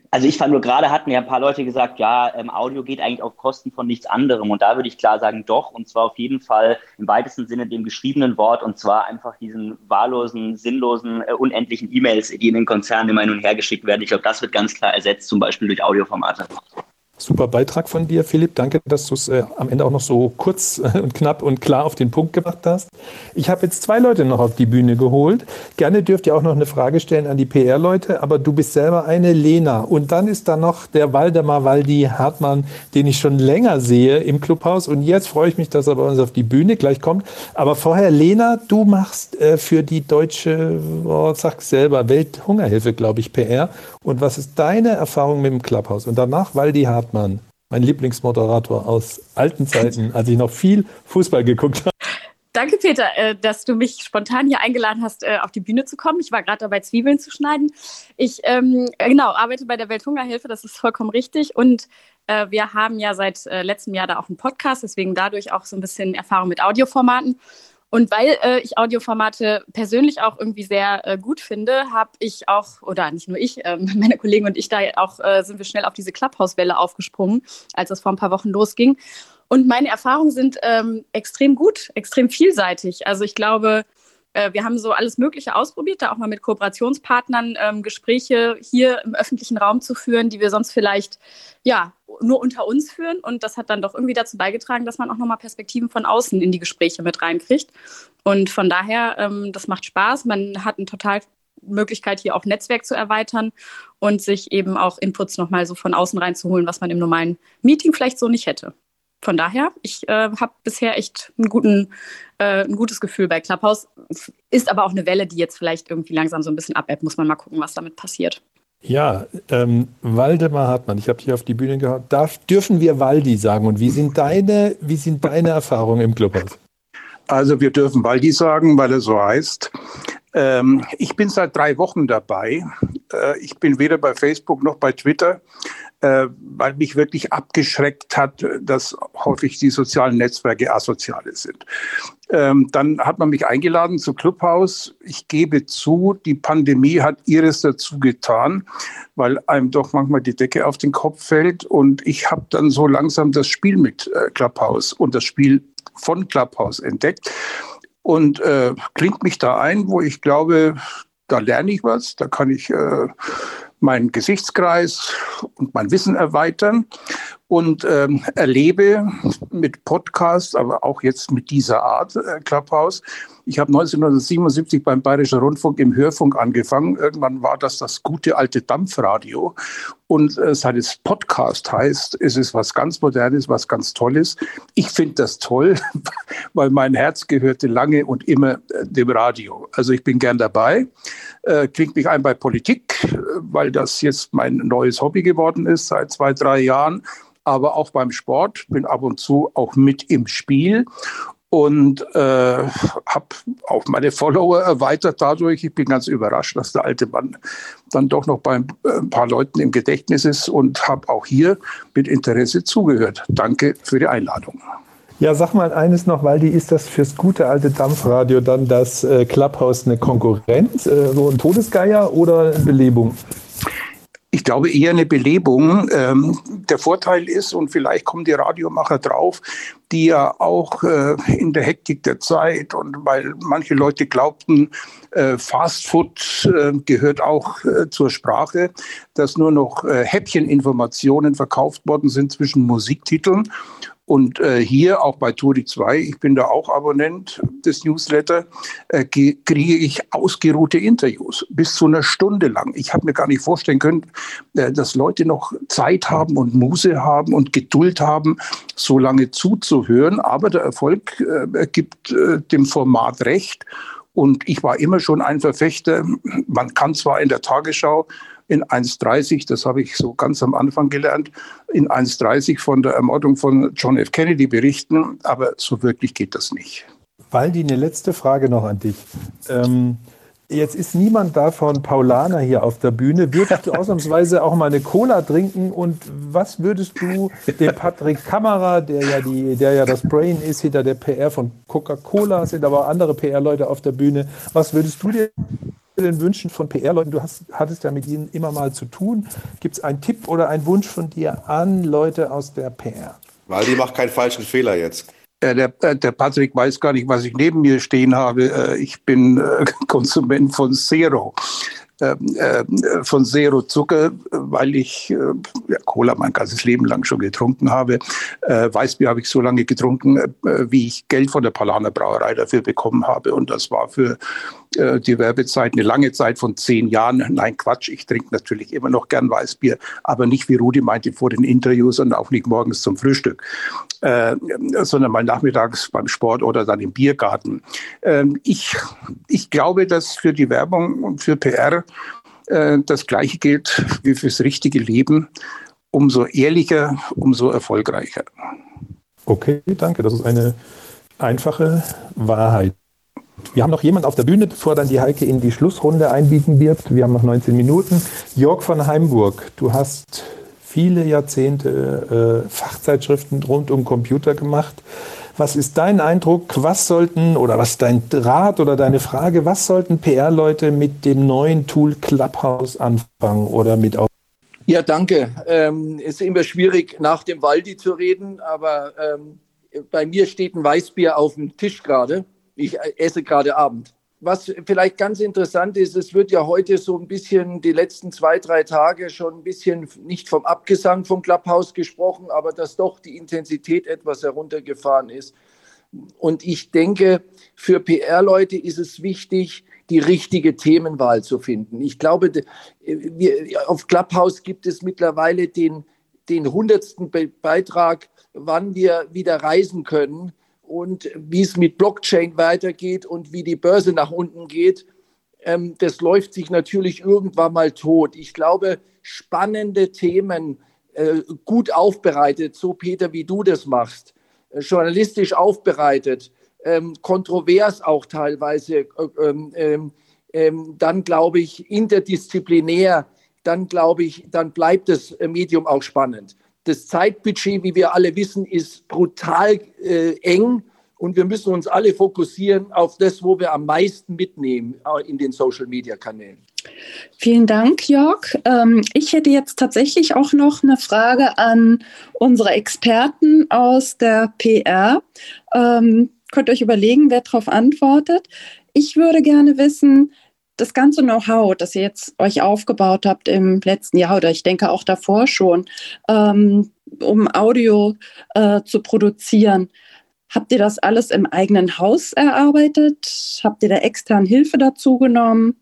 Speaker 11: Also ich fand nur gerade hatten ja ein paar Leute gesagt, ja, Audio geht eigentlich auf Kosten von nichts anderem. Und da würde ich klar sagen, doch. Und zwar auf jeden Fall im weitesten Sinne dem geschriebenen Wort. Und zwar einfach diesen wahllosen, sinnlosen, unendlichen E-Mails, die in den Konzernen immer hin und her geschickt werden. Ich glaube, das wird ganz klar ersetzt, zum Beispiel durch Audioformate.
Speaker 3: Super Beitrag von dir, Philipp. Danke, dass du es am Ende auch noch so kurz und knapp und klar auf den Punkt gebracht hast. Ich habe jetzt 2 Leute noch auf die Bühne geholt. Gerne dürft ihr auch noch eine Frage stellen an die PR-Leute, aber du bist selber eine, Lena. Und dann ist da noch der Waldemar Waldi Hartmann, den ich schon länger sehe im Clubhaus. Und jetzt freue ich mich, dass er bei uns auf die Bühne gleich kommt. Aber vorher, Lena, du machst für die deutsche, sag's selber, Welthungerhilfe, glaube ich, PR. Und was ist deine Erfahrung mit dem Clubhaus? Und danach Waldi Hartmann, mein Lieblingsmoderator aus alten Zeiten, als ich noch viel Fußball geguckt habe.
Speaker 12: Danke, Peter, dass du mich spontan hier eingeladen hast, auf die Bühne zu kommen. Ich war gerade dabei, Zwiebeln zu schneiden. Ich arbeite bei der Welthungerhilfe, das ist vollkommen richtig. Und wir haben ja seit letztem Jahr da auch einen Podcast, deswegen dadurch auch so ein bisschen Erfahrung mit Audioformaten. Und weil ich Audioformate persönlich auch irgendwie sehr gut finde, habe ich auch, oder nicht nur ich, meine Kollegen und ich da auch, sind wir schnell auf diese Clubhouse-Welle aufgesprungen, als es vor ein paar Wochen losging. Und meine Erfahrungen sind extrem gut, extrem vielseitig. Also ich glaube, wir haben so alles Mögliche ausprobiert, da auch mal mit Kooperationspartnern Gespräche hier im öffentlichen Raum zu führen, die wir sonst vielleicht nur unter uns führen. Und das hat dann doch irgendwie dazu beigetragen, dass man auch nochmal Perspektiven von außen in die Gespräche mit reinkriegt. Und von daher, das macht Spaß. Man hat eine total Möglichkeit, hier auch Netzwerk zu erweitern und sich eben auch Inputs nochmal so von außen reinzuholen, was man im normalen Meeting vielleicht so nicht hätte. Von daher, ich habe bisher echt ein gutes Gefühl bei Clubhouse. Ist aber auch eine Welle, die jetzt vielleicht irgendwie langsam so ein bisschen abebbt. Muss man mal gucken, was damit passiert.
Speaker 3: Ja, Waldemar Hartmann, ich habe hier auf die Bühne gehört. Dürfen wir Waldi sagen? Und wie sind deine Erfahrungen im Clubhaus?
Speaker 13: Also wir dürfen Waldi sagen, weil er so heißt. Ich bin seit 3 Wochen dabei. Ich bin weder bei Facebook noch bei Twitter, weil mich wirklich abgeschreckt hat, dass häufig die sozialen Netzwerke asoziale sind. Dann hat man mich eingeladen zu Clubhouse. Ich gebe zu, die Pandemie hat ihres dazu getan, weil einem doch manchmal die Decke auf den Kopf fällt. Und ich habe dann so langsam das Spiel mit Clubhouse und das Spiel von Clubhouse entdeckt und klingt mich da ein, wo ich glaube, da lerne ich was, da kann ich meinen Gesichtskreis und mein Wissen erweitern und erlebe mit Podcasts, aber auch jetzt mit dieser Art Clubhouse. Ich habe 1977 beim Bayerischen Rundfunk im Hörfunk angefangen. Irgendwann war das gute alte Dampfradio. Und seit es Podcast heißt, ist es was ganz Modernes, was ganz Tolles. Ich finde das toll, weil mein Herz gehörte lange und immer dem Radio. Also ich bin gern dabei. Klingt mich ein bei Politik, weil das jetzt mein neues Hobby geworden ist seit 2, 3 Jahren. Aber auch beim Sport, bin ab und zu auch mit im Spiel und habe auch meine Follower erweitert dadurch. Ich bin ganz überrascht, dass der alte Mann dann doch noch bei ein paar Leuten im Gedächtnis ist und habe auch hier mit Interesse zugehört. Danke für die Einladung.
Speaker 3: Ja, sag mal eines noch, Waldi, ist das fürs gute alte Dampfradio dann das Clubhouse eine Konkurrenz, so ein Todesgeier oder eine Belebung?
Speaker 13: Ich glaube eher eine Belebung. Der Vorteil ist, und vielleicht kommen die Radiomacher drauf, die ja auch in der Hektik der Zeit und weil manche Leute glaubten, Fastfood gehört auch zur Sprache, dass nur noch Häppcheninformationen verkauft worden sind zwischen Musiktiteln. Und hier auch bei Turi 2, ich bin da auch Abonnent des Newsletter, kriege ich ausgeruhte Interviews bis zu 1 Stunde lang. Ich habe mir gar nicht vorstellen können, dass Leute noch Zeit haben und Muße haben und Geduld haben, so lange zuzuhören. Aber der Erfolg gibt dem Format recht. Und ich war immer schon ein Verfechter. Man kann zwar in der Tagesschau in 1,30, das habe ich so ganz am Anfang gelernt, in 1,30 von der Ermordung von John F. Kennedy berichten, aber so wirklich geht das nicht.
Speaker 3: Waldi, eine letzte Frage noch an dich. Jetzt ist niemand da von Paulaner hier auf der Bühne. Würdest du ausnahmsweise auch mal eine Cola trinken? Und was würdest du dem Patrick Kammerer, der ja das Brain ist hinter der PR von Coca-Cola, sind aber auch andere PR-Leute auf der Bühne, was würdest du dir den Wünschen von PR-Leuten? Du hattest ja mit ihnen immer mal zu tun. Gibt es einen Tipp oder einen Wunsch von dir an Leute aus der PR?
Speaker 8: Waldi macht keinen falschen Fehler jetzt.
Speaker 13: Der Patrick weiß gar nicht, was ich neben mir stehen habe. Ich bin Konsument von Zero. Von Zero Zucker, weil ich Cola mein ganzes Leben lang schon getrunken habe. Weißbier habe ich so lange getrunken, wie ich Geld von der Paulaner Brauerei dafür bekommen habe. Und das war für die Werbezeit eine lange Zeit von 10 Jahren. Nein, Quatsch, ich trinke natürlich immer noch gern Weißbier, aber nicht, wie Rudi meinte, vor den Interviews und auch nicht morgens zum Frühstück, sondern mal nachmittags beim Sport oder dann im Biergarten. Ich glaube, dass für die Werbung und für PR das Gleiche gilt wie fürs richtige Leben. Umso ehrlicher, umso erfolgreicher.
Speaker 3: Okay, danke. Das ist eine einfache Wahrheit. Wir haben noch jemanden auf der Bühne, bevor dann die Heike in die Schlussrunde einbiegen wird. Wir haben noch 19 Minuten. Jörg von Heimburg, du hast viele Jahrzehnte Fachzeitschriften rund um Computer gemacht. Was ist dein Eindruck, was ist dein Rat oder deine Frage, was sollten PR-Leute mit dem neuen Tool Clubhouse anfangen oder mit auf?
Speaker 14: Ja, danke. Es ist immer schwierig, nach dem Waldi zu reden, aber bei mir steht ein Weißbier auf dem Tisch gerade. Ich esse gerade Abend. Was vielleicht ganz interessant ist, es wird ja heute so ein bisschen die letzten 2-3 Tage schon ein bisschen nicht vom Abgesang vom Clubhouse gesprochen, aber dass doch die Intensität etwas heruntergefahren ist. Und ich denke, für PR-Leute ist es wichtig, die richtige Themenwahl zu finden. Ich glaube, auf Clubhouse gibt es mittlerweile den 100. Beitrag, wann wir wieder reisen können. Und wie es mit Blockchain weitergeht und wie die Börse nach unten geht, das läuft sich natürlich irgendwann mal tot. Ich glaube, spannende Themen, gut aufbereitet, so Peter, wie du das machst, journalistisch aufbereitet, kontrovers auch teilweise, dann glaube ich interdisziplinär, dann bleibt das Medium auch spannend. Das Zeitbudget, wie wir alle wissen, ist brutal eng und wir müssen uns alle fokussieren auf das, wo wir am meisten mitnehmen in den Social-Media-Kanälen.
Speaker 4: Vielen Dank, Jörg. Ich hätte jetzt tatsächlich auch noch eine Frage an unsere Experten aus der PR. Könnt ihr euch überlegen, wer darauf antwortet. Ich würde gerne wissen, das ganze Know-how, das ihr jetzt euch aufgebaut habt im letzten Jahr oder ich denke auch davor schon, um Audio zu produzieren, habt ihr das alles im eigenen Haus erarbeitet? Habt ihr da extern Hilfe dazu genommen?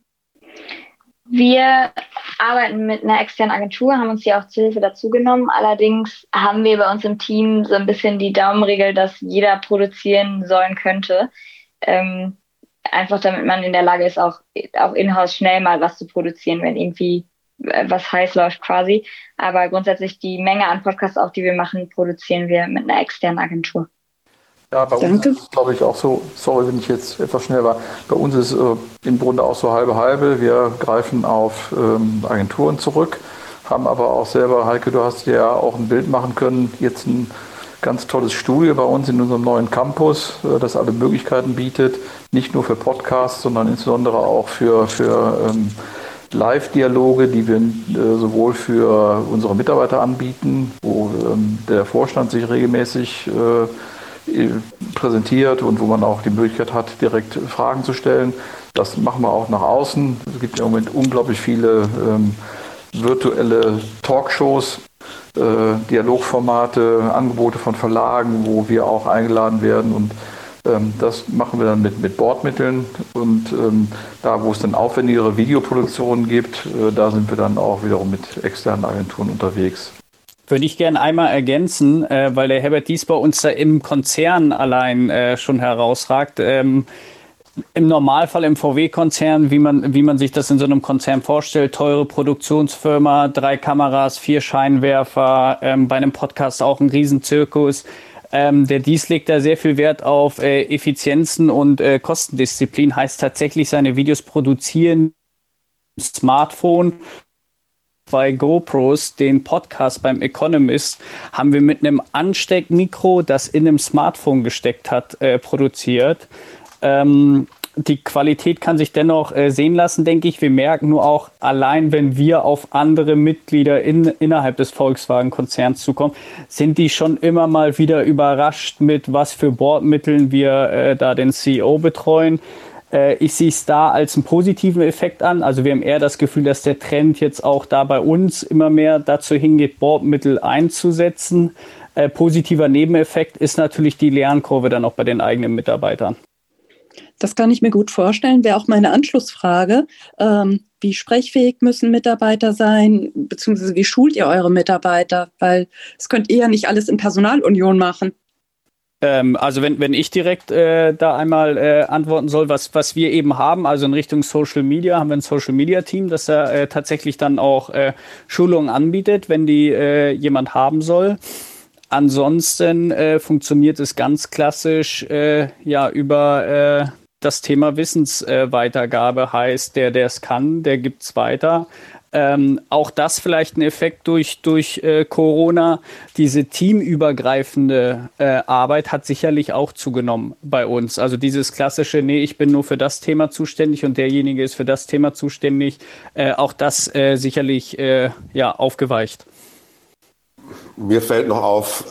Speaker 6: Wir arbeiten mit einer externen Agentur, haben uns hier auch zur Hilfe dazu genommen. Allerdings haben wir bei uns im Team so ein bisschen die Daumenregel, dass jeder produzieren sollen könnte. Einfach damit man in der Lage ist, auch in-house schnell mal was zu produzieren, wenn irgendwie was heiß läuft quasi. Aber grundsätzlich die Menge an Podcasts, auch die wir machen, produzieren wir mit einer externen Agentur.
Speaker 5: Ja, bei uns ist es, glaube ich, auch so, sorry, wenn ich jetzt etwas schnell war, bei uns ist im Grunde auch so halbe. Wir greifen auf Agenturen zurück, haben aber auch selber, Heike, du hast ja auch ein Bild machen können, jetzt ein ganz tolles Studio bei uns in unserem neuen Campus, das alle Möglichkeiten bietet, nicht nur für Podcasts, sondern insbesondere auch für Live-Dialoge, die wir sowohl für unsere Mitarbeiter anbieten, wo der Vorstand sich regelmäßig präsentiert und wo man auch die Möglichkeit hat, direkt Fragen zu stellen. Das machen wir auch nach außen. Es gibt im Moment unglaublich viele virtuelle Talkshows, Dialogformate, Angebote von Verlagen, wo wir auch eingeladen werden und das machen wir dann mit Bordmitteln und da, wo es dann aufwendigere Videoproduktionen gibt, da sind wir dann auch wiederum mit externen Agenturen unterwegs.
Speaker 9: Würde ich gerne einmal ergänzen, weil der Herbert Dies bei uns da im Konzern allein schon herausragt. Im Normalfall im VW-Konzern, wie man sich das in so einem Konzern vorstellt, teure Produktionsfirma, 3 Kameras, 4 Scheinwerfer, bei einem Podcast auch ein Riesenzirkus. Der Dies legt da sehr viel Wert auf Effizienzen und Kostendisziplin, heißt tatsächlich seine Videos produzieren, Smartphone. Bei GoPros, den Podcast beim Economist, haben wir mit einem Ansteckmikro, das in einem Smartphone gesteckt hat, produziert. die Qualität kann sich dennoch sehen lassen, denke ich. Wir merken nur auch allein, wenn wir auf andere Mitglieder innerhalb des Volkswagen-Konzerns zukommen, sind die schon immer mal wieder überrascht, mit was für Bordmitteln wir da den CEO betreuen. Ich sehe es da als einen positiven Effekt an. Also wir haben eher das Gefühl, dass der Trend jetzt auch da bei uns immer mehr dazu hingeht, Bordmittel einzusetzen. Positiver Nebeneffekt ist natürlich die Lernkurve dann auch bei den eigenen Mitarbeitern.
Speaker 4: Das kann ich mir gut vorstellen. Wäre auch meine Anschlussfrage. Wie sprechfähig müssen Mitarbeiter sein, beziehungsweise wie schult ihr eure Mitarbeiter? Weil das könnt ihr ja nicht alles in Personalunion machen.
Speaker 9: Also wenn ich direkt da einmal antworten soll, was wir eben haben, also in Richtung Social Media, haben wir ein Social Media Team, das da tatsächlich dann auch Schulungen anbietet, wenn die jemand haben soll. Ansonsten funktioniert es ganz klassisch über das Thema Wissensweitergabe, heißt, der es kann, der gibt es weiter. Auch das vielleicht ein Effekt durch Corona. Diese teamübergreifende Arbeit hat sicherlich auch zugenommen bei uns. Also dieses klassische, ich bin nur für das Thema zuständig und derjenige ist für das Thema zuständig. Auch das sicherlich aufgeweicht.
Speaker 8: Mir fällt noch auf,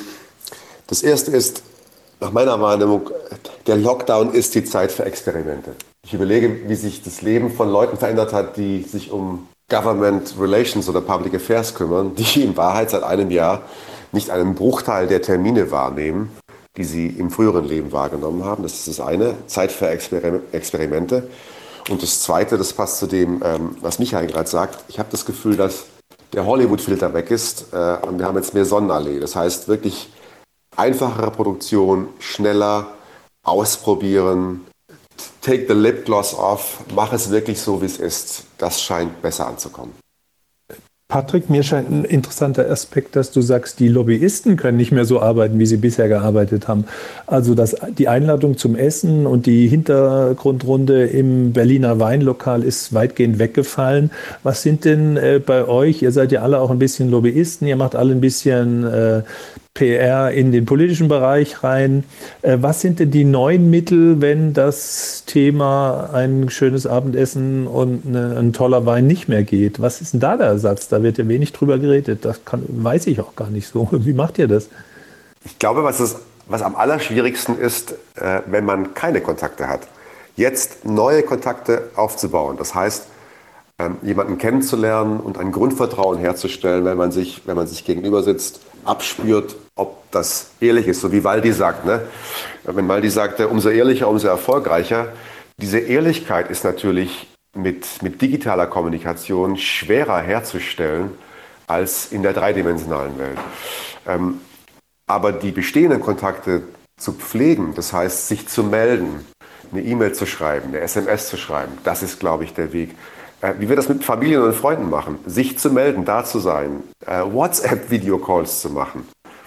Speaker 8: das erste ist, nach meiner Wahrnehmung, der Lockdown ist die Zeit für Experimente. Ich überlege, wie sich das Leben von Leuten verändert hat, die sich um Government Relations oder Public Affairs kümmern, die in Wahrheit seit einem Jahr nicht einen Bruchteil der Termine wahrnehmen, die sie im früheren Leben wahrgenommen haben. Das ist das eine, Zeit für Experimente. Und das zweite, das passt zu dem, was Michael gerade sagt. Ich habe das Gefühl, dass der Hollywood-Filter weg ist und wir haben jetzt mehr Sonnenallee. Das heißt wirklich einfachere Produktion, schneller, ausprobieren, take the lip gloss off, mach es wirklich so, wie es ist. Das scheint besser anzukommen.
Speaker 3: Patrick, mir scheint ein interessanter Aspekt, dass du sagst, die Lobbyisten können nicht mehr so arbeiten, wie sie bisher gearbeitet haben. Also die Einladung zum Essen und die Hintergrundrunde im Berliner Weinlokal ist weitgehend weggefallen. Was sind denn bei euch, ihr seid ja alle auch ein bisschen Lobbyisten, ihr macht alle ein bisschen PR in den politischen Bereich rein. Was sind denn die neuen Mittel, wenn das Thema ein schönes Abendessen und ein toller Wein nicht mehr geht? Was ist denn da der Ersatz? Da wird ja wenig drüber geredet. Das weiß ich auch gar nicht so. Wie macht ihr das?
Speaker 8: Ich glaube, was am allerschwierigsten ist, wenn man keine Kontakte hat, jetzt neue Kontakte aufzubauen. Das heißt, jemanden kennenzulernen und ein Grundvertrauen herzustellen, wenn man sich gegenüber sitzt, abspürt, ob das ehrlich ist, so wie Waldi sagt. Ne? Wenn Waldi sagte, umso ehrlicher, umso erfolgreicher. Diese Ehrlichkeit ist natürlich mit digitaler Kommunikation schwerer herzustellen als in der dreidimensionalen Welt. Aber die bestehenden Kontakte zu pflegen, das heißt, sich zu melden, eine E-Mail zu schreiben, eine SMS zu schreiben, das ist, glaube ich, der Weg. Wie wir das mit Familien und Freunden machen, sich zu melden, da zu sein, WhatsApp-Videocalls zu machen,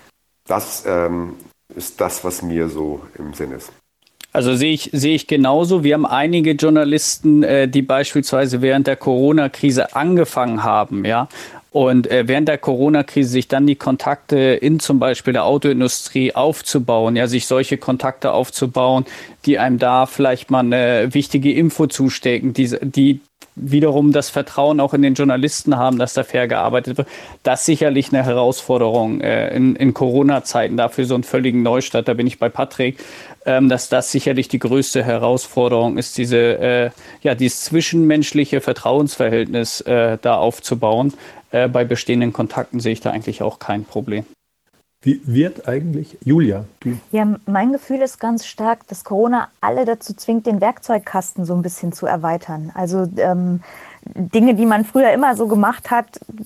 Speaker 8: das ist das, was mir so im Sinn ist.
Speaker 9: Also sehe ich genauso. Wir haben einige Journalisten, die beispielsweise während der Corona-Krise angefangen haben, ja, und während der Corona-Krise sich dann die Kontakte in zum Beispiel der Autoindustrie aufzubauen, ja, sich solche Kontakte aufzubauen, die einem da vielleicht mal eine wichtige Info zustecken, die wiederum das Vertrauen auch in den Journalisten haben, dass da fair gearbeitet wird. Das ist sicherlich eine Herausforderung in Corona-Zeiten, dafür so einen völligen Neustart, da bin ich bei Patrick, dass das sicherlich die größte Herausforderung ist, dieses zwischenmenschliche Vertrauensverhältnis da aufzubauen. Bei bestehenden Kontakten sehe ich da eigentlich auch kein Problem.
Speaker 3: Wie wird eigentlich, Julia?
Speaker 7: Ja, mein Gefühl ist ganz stark, dass Corona alle dazu zwingt, den Werkzeugkasten so ein bisschen zu erweitern. Also Dinge, die man früher immer so gemacht hat,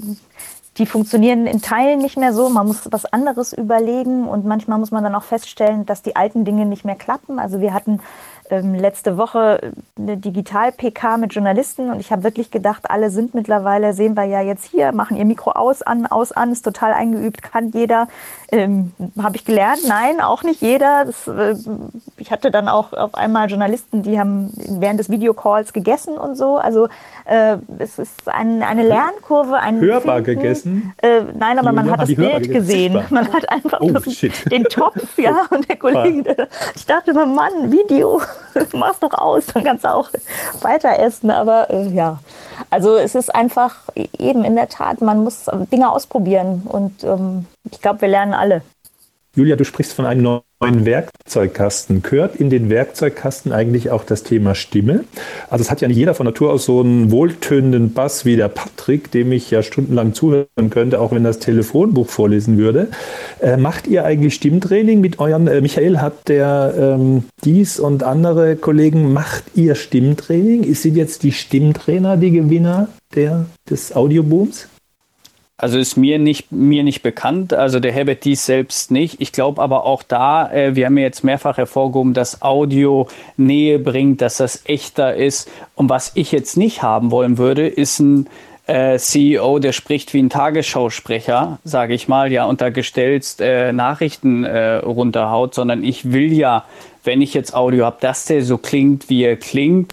Speaker 7: die funktionieren in Teilen nicht mehr so. Man muss was anderes überlegen und manchmal muss man dann auch feststellen, dass die alten Dinge nicht mehr klappen. Also wir hatten letzte Woche eine Digital-PK mit Journalisten und ich habe wirklich gedacht, alle sind mittlerweile, sehen wir ja jetzt hier, machen ihr Mikro aus, an, ist total eingeübt, kann jeder. Habe ich gelernt, nein, auch nicht jeder. Ich hatte dann auch auf einmal Journalisten, die haben während des Videocalls gegessen und so. Also Es ist eine Lernkurve, ein
Speaker 3: Hörbar
Speaker 7: Finden.
Speaker 3: Gegessen?
Speaker 7: Nein, aber man hat das Bild gesehen. Man hat einfach den Topf, ja, und der Kollege, ich dachte immer, Mann, Video, mach's doch aus, dann kannst du auch weiter essen, aber ja. Also es ist einfach eben in der Tat, man muss Dinge ausprobieren und ich glaube, wir lernen alle.
Speaker 3: Julia, du sprichst von einem neuen Werkzeugkasten. Gehört in den Werkzeugkasten eigentlich auch das Thema Stimme? Also es hat ja nicht jeder von Natur aus so einen wohltönenden Bass wie der Patrick, dem ich ja stundenlang zuhören könnte, auch wenn das Telefonbuch vorlesen würde. Macht ihr eigentlich Stimmtraining mit euren, Michael hat der dies und andere Kollegen, macht ihr Stimmtraining? Sind jetzt die Stimmtrainer die Gewinner des Audiobooms?
Speaker 9: Also ist mir nicht bekannt, also der Herbert Dies selbst nicht. Ich glaube aber auch da, wir haben ja jetzt mehrfach hervorgehoben, dass Audio Nähe bringt, dass das echter ist. Und was ich jetzt nicht haben wollen würde, ist ein CEO, der spricht wie ein Tagesschausprecher, sage ich mal, ja, untergestellt Nachrichten runterhaut, sondern ich will ja, wenn ich jetzt Audio habe, dass der so klingt, wie er klingt.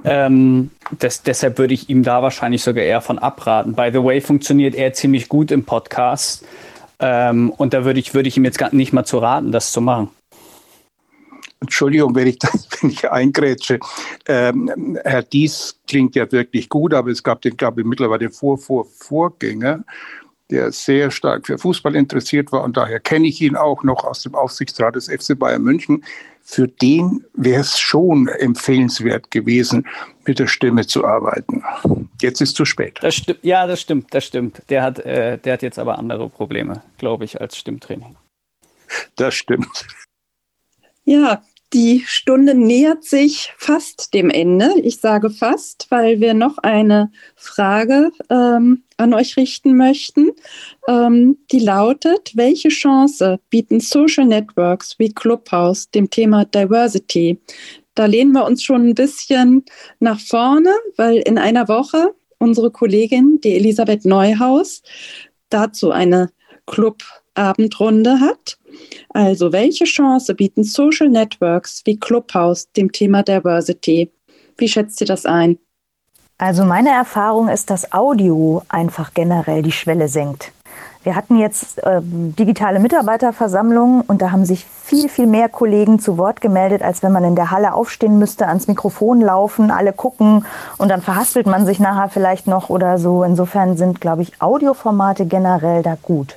Speaker 9: Deshalb würde ich ihm da wahrscheinlich sogar eher von abraten. By the way, funktioniert er ziemlich gut im Podcast. Und da würde ich ihm jetzt gar nicht mal zu raten, das zu machen.
Speaker 13: Entschuldigung, wenn ich eingrätsche. Herr Dies klingt ja wirklich gut, aber es gab den, glaube ich, mittlerweile Vorgänger, der sehr stark für Fußball interessiert war und daher kenne ich ihn auch noch aus dem Aufsichtsrat des FC Bayern München. Für den wäre es schon empfehlenswert gewesen, mit der Stimme zu arbeiten. Jetzt ist es zu spät.
Speaker 9: Das stimmt. Der hat jetzt aber andere Probleme, glaube ich, als Stimmtraining.
Speaker 13: Das stimmt.
Speaker 4: Ja, die Stunde nähert sich fast dem Ende. Ich sage fast, weil wir noch eine Frage an euch richten möchten. Die lautet: Welche Chance bieten Social Networks wie Clubhouse dem Thema Diversity? Da lehnen wir uns schon ein bisschen nach vorne, weil in einer Woche unsere Kollegin, die Elisabeth Neuhaus, dazu eine Club-Abendrunde hat. Also, welche Chance bieten Social Networks wie Clubhouse dem Thema Diversity? Wie schätzt ihr das ein?
Speaker 7: Also meine Erfahrung ist, dass Audio einfach generell die Schwelle senkt. Wir hatten jetzt digitale Mitarbeiterversammlungen und da haben sich viel, viel mehr Kollegen zu Wort gemeldet, als wenn man in der Halle aufstehen müsste, ans Mikrofon laufen, alle gucken und dann verhaspelt man sich nachher vielleicht noch oder so. Insofern sind, glaube ich, Audioformate generell da gut.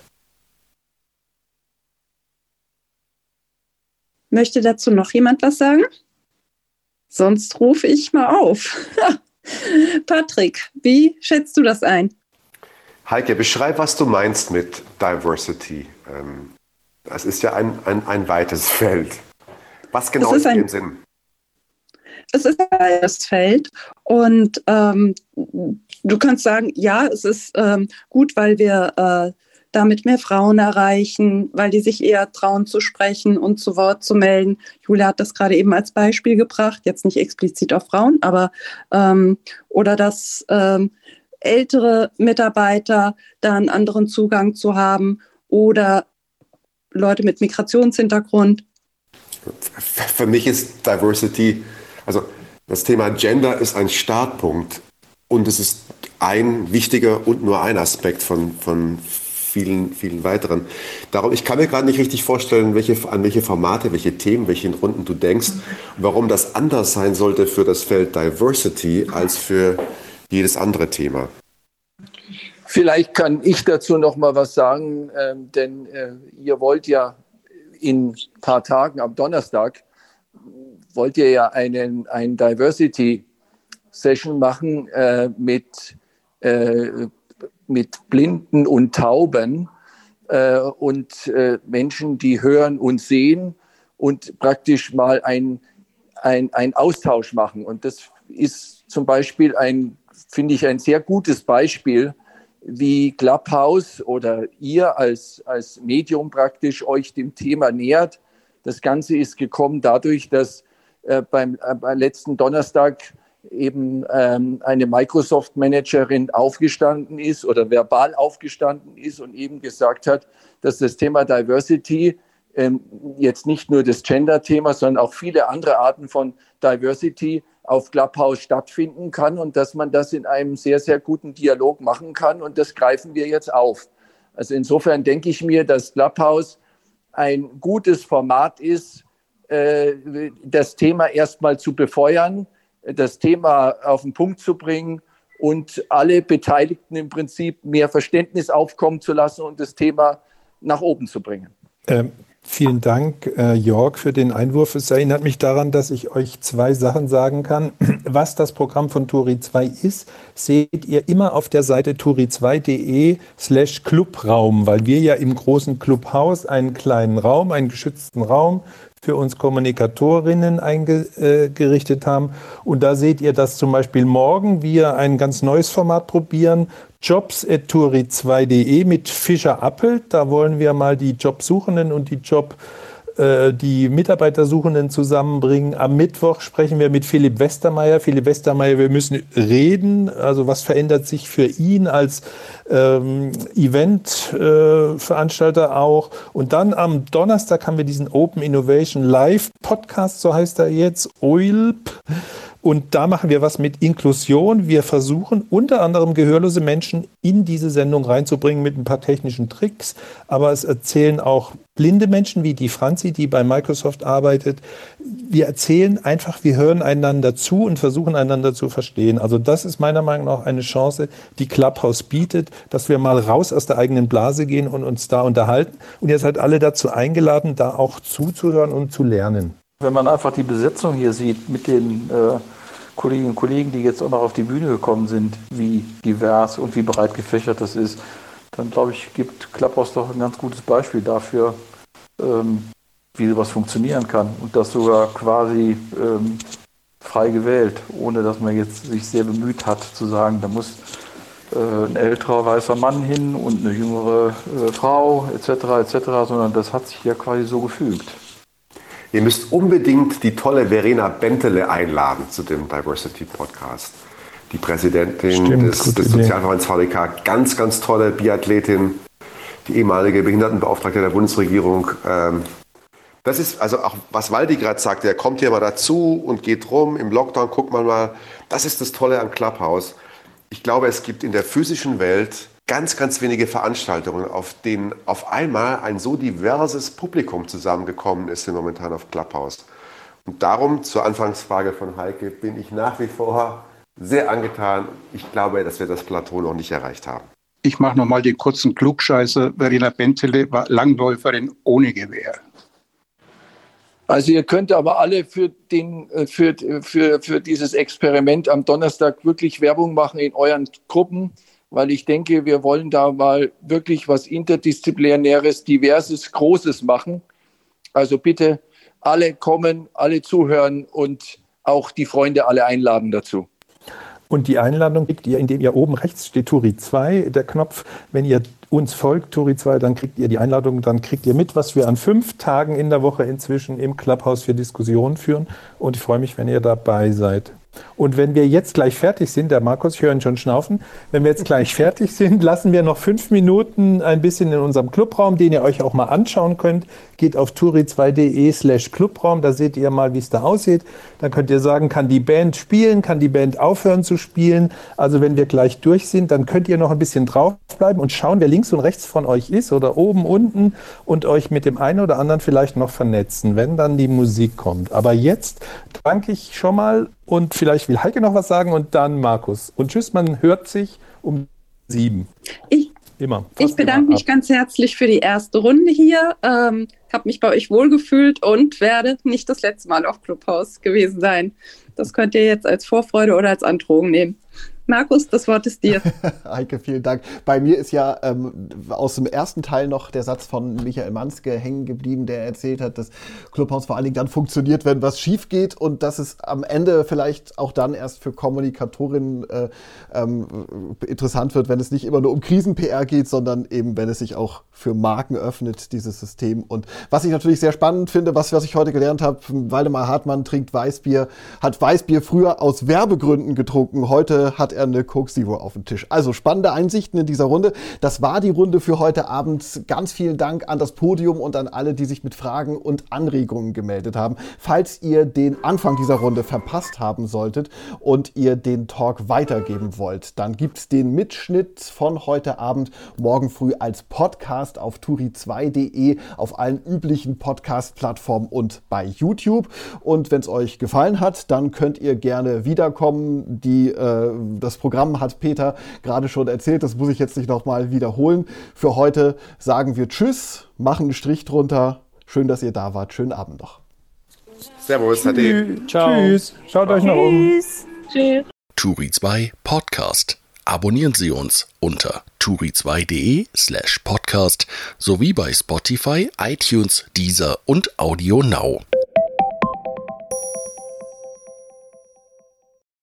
Speaker 4: Möchte dazu noch jemand was sagen? Sonst rufe ich mal auf. Patrick, wie schätzt du das ein?
Speaker 8: Heike, beschreib, was du meinst mit Diversity. Das ist ja ein weites Feld. Was genau ist in dem Sinn?
Speaker 4: Es ist ein weites Feld und du kannst sagen, ja, es ist gut, weil wir damit mehr Frauen erreichen, weil die sich eher trauen zu sprechen und zu Wort zu melden. Julia hat das gerade eben als Beispiel gebracht, jetzt nicht explizit auf Frauen, aber oder dass ältere Mitarbeiter da einen anderen Zugang zu haben oder Leute mit Migrationshintergrund.
Speaker 8: Für mich ist Diversity, also das Thema Gender ist ein Startpunkt und es ist ein wichtiger und nur ein Aspekt von vielen weiteren. Darum, ich kann mir gerade nicht richtig vorstellen, an welche Formate, welche Themen, welche Runden du denkst, warum das anders sein sollte für das Feld Diversity als für jedes andere Thema.
Speaker 14: Vielleicht kann ich dazu noch mal was sagen, denn ihr wollt ja in ein paar Tagen, am Donnerstag, wollt ihr ja ein Diversity-Session machen mit Blinden und Tauben und Menschen, die hören und sehen und praktisch mal ein Austausch machen. Und das ist zum Beispiel finde ich, ein sehr gutes Beispiel, wie Clubhouse oder ihr als Medium praktisch euch dem Thema nähert. Das Ganze ist gekommen dadurch, dass beim letzten Donnerstag eben eine Microsoft-Managerin aufgestanden ist oder verbal aufgestanden ist und eben gesagt hat, dass das Thema Diversity jetzt nicht nur das Gender-Thema, sondern auch viele andere Arten von Diversity auf Clubhouse stattfinden kann und dass man das in einem sehr, sehr guten Dialog machen kann. Und das greifen wir jetzt auf. Also insofern denke ich mir, dass Clubhouse ein gutes Format ist, das Thema erstmal zu befeuern, das Thema auf den Punkt zu bringen und alle Beteiligten im Prinzip mehr Verständnis aufkommen zu lassen und das Thema nach oben zu bringen.
Speaker 3: Vielen Dank, Jörg, für den Einwurf. Es erinnert mich daran, dass ich euch 2 Sachen sagen kann. Was das Programm von Turi 2 ist, seht ihr immer auf der Seite turi2.de/Clubraum, weil wir ja im großen Clubhaus einen kleinen Raum, einen geschützten Raum für uns Kommunikatorinnen eingerichtet haben. Und da seht ihr, dass zum Beispiel morgen wir ein ganz neues Format probieren, jobs@turi2.de mit Fischer Appelt. Da wollen wir mal die Jobsuchenden und die Mitarbeitersuchenden zusammenbringen. Am Mittwoch sprechen wir mit Philipp Westermeier. Philipp Westermeier, wir müssen reden. Also was verändert sich für ihn als Eventveranstalter auch. Und dann am Donnerstag haben wir diesen Open Innovation Live Podcast, so heißt er jetzt, OILP. Und da machen wir was mit Inklusion. Wir versuchen unter anderem gehörlose Menschen in diese Sendung reinzubringen mit ein paar technischen Tricks. Aber es erzählen auch blinde Menschen wie die Franzi, die bei Microsoft arbeitet. Wir erzählen einfach, wir hören einander zu und versuchen einander zu verstehen. Also das ist meiner Meinung nach eine Chance, die Clubhouse bietet, dass wir mal raus aus der eigenen Blase gehen und uns da unterhalten. Und ihr seid alle dazu eingeladen, da auch zuzuhören und zu lernen.
Speaker 5: Wenn man einfach die Besetzung hier sieht mit den Kolleginnen und Kollegen, die jetzt auch noch auf die Bühne gekommen sind, wie divers und wie breit gefächert das ist, dann glaube ich, gibt Clubhouse doch ein ganz gutes Beispiel dafür, wie sowas funktionieren kann und das sogar quasi frei gewählt, ohne dass man jetzt sich sehr bemüht hat zu sagen, da muss ein älterer weißer Mann hin und eine jüngere Frau etc., sondern das hat sich ja quasi so gefügt.
Speaker 8: Ihr müsst unbedingt die tolle Verena Bentele einladen zu dem Diversity Podcast. Die Präsidentin des Sozialverbands VDK, ganz, ganz tolle Biathletin, die ehemalige Behindertenbeauftragte der Bundesregierung. Das ist also auch, was Waldi gerade sagte, er kommt hier mal dazu und geht rum, im Lockdown guckt man mal. Das ist das Tolle an Clubhouse. Ich glaube, es gibt in der physischen Welt ganz, ganz wenige Veranstaltungen, auf denen auf einmal ein so diverses Publikum zusammengekommen ist wie momentan auf Clubhouse. Und darum, zur Anfangsfrage von Heike, bin ich nach wie vor sehr angetan. Ich glaube, dass wir das Plateau noch nicht erreicht haben.
Speaker 13: Ich mache nochmal den kurzen Klugscheißer. Verena Bentele war Langläuferin ohne Gewehr.
Speaker 14: Also ihr könnt aber alle für dieses Experiment am Donnerstag wirklich Werbung machen in euren Gruppen, weil ich denke, wir wollen da mal wirklich was Interdisziplinäres, Diverses, Großes machen. Also bitte alle kommen, alle zuhören und auch die Freunde alle einladen dazu.
Speaker 3: Und die Einladung kriegt ihr, indem ihr oben rechts steht Turi 2, der Knopf. Wenn ihr uns folgt, Turi 2, dann kriegt ihr die Einladung, dann kriegt ihr mit, was wir an 5 Tagen in der Woche inzwischen im Clubhouse für Diskussionen führen. Und ich freue mich, wenn ihr dabei seid. Und wenn wir jetzt gleich fertig sind, der Markus, ich höre ihn schon schnaufen, wenn wir jetzt gleich fertig sind, lassen wir noch 5 Minuten ein bisschen in unserem Clubraum, den ihr euch auch mal anschauen könnt. Geht auf turi2.de/Clubraum, da seht ihr mal, wie es da aussieht. Dann könnt ihr sagen, kann die Band spielen, kann die Band aufhören zu spielen. Also wenn wir gleich durch sind, dann könnt ihr noch ein bisschen draufbleiben und schauen, wer links und rechts von euch ist oder oben, unten und euch mit dem einen oder anderen vielleicht noch vernetzen, wenn dann die Musik kommt. Aber jetzt danke ich schon mal und vielleicht will Heike noch was sagen und dann Markus. Und tschüss, man hört sich um 7. Ich bedanke mich ganz herzlich für die erste Runde hier. Habe mich bei euch wohlgefühlt und werde nicht das letzte Mal auf Clubhouse gewesen sein. Das könnt ihr jetzt als Vorfreude oder als Androhung nehmen. Markus, das Wort ist dir.
Speaker 2: Heike, vielen Dank. Bei mir ist ja aus dem ersten Teil noch der Satz von Michael Manske hängen geblieben, der erzählt hat, dass Clubhouse vor allen Dingen dann funktioniert, wenn was schief geht und dass es am Ende vielleicht auch dann erst für Kommunikatorinnen interessant wird, wenn es nicht immer nur um Krisen-PR geht, sondern eben, wenn es sich auch für Marken öffnet, dieses System. Und was ich natürlich sehr spannend finde, was ich heute gelernt habe, Waldemar Hartmann trinkt Weißbier, hat Weißbier früher aus Werbegründen getrunken, heute hat er eine Coke Zero auf den Tisch. Also spannende Einsichten in dieser Runde. Das war die Runde für heute Abend. Ganz vielen Dank an das Podium und an alle, die sich mit Fragen und Anregungen gemeldet haben. Falls ihr den Anfang dieser Runde verpasst haben solltet und ihr den Talk weitergeben wollt, dann gibt es den Mitschnitt von heute Abend morgen früh als Podcast auf turi2.de, auf allen üblichen Podcast-Plattformen und bei YouTube. Und wenn es euch gefallen hat, dann könnt ihr gerne wiederkommen. Das Programm hat Peter gerade schon erzählt, das muss ich jetzt nicht nochmal wiederholen. Für heute sagen wir Tschüss, machen einen Strich drunter. Schön, dass ihr da wart. Schönen Abend noch.
Speaker 8: Servus, Ade.
Speaker 3: Ciao. Tschüss. Schaut euch noch um.
Speaker 10: Tschüss.
Speaker 1: Turi 2 Podcast. Abonnieren Sie uns unter turi2.de/podcast sowie bei Spotify, iTunes, Deezer und Audio Now.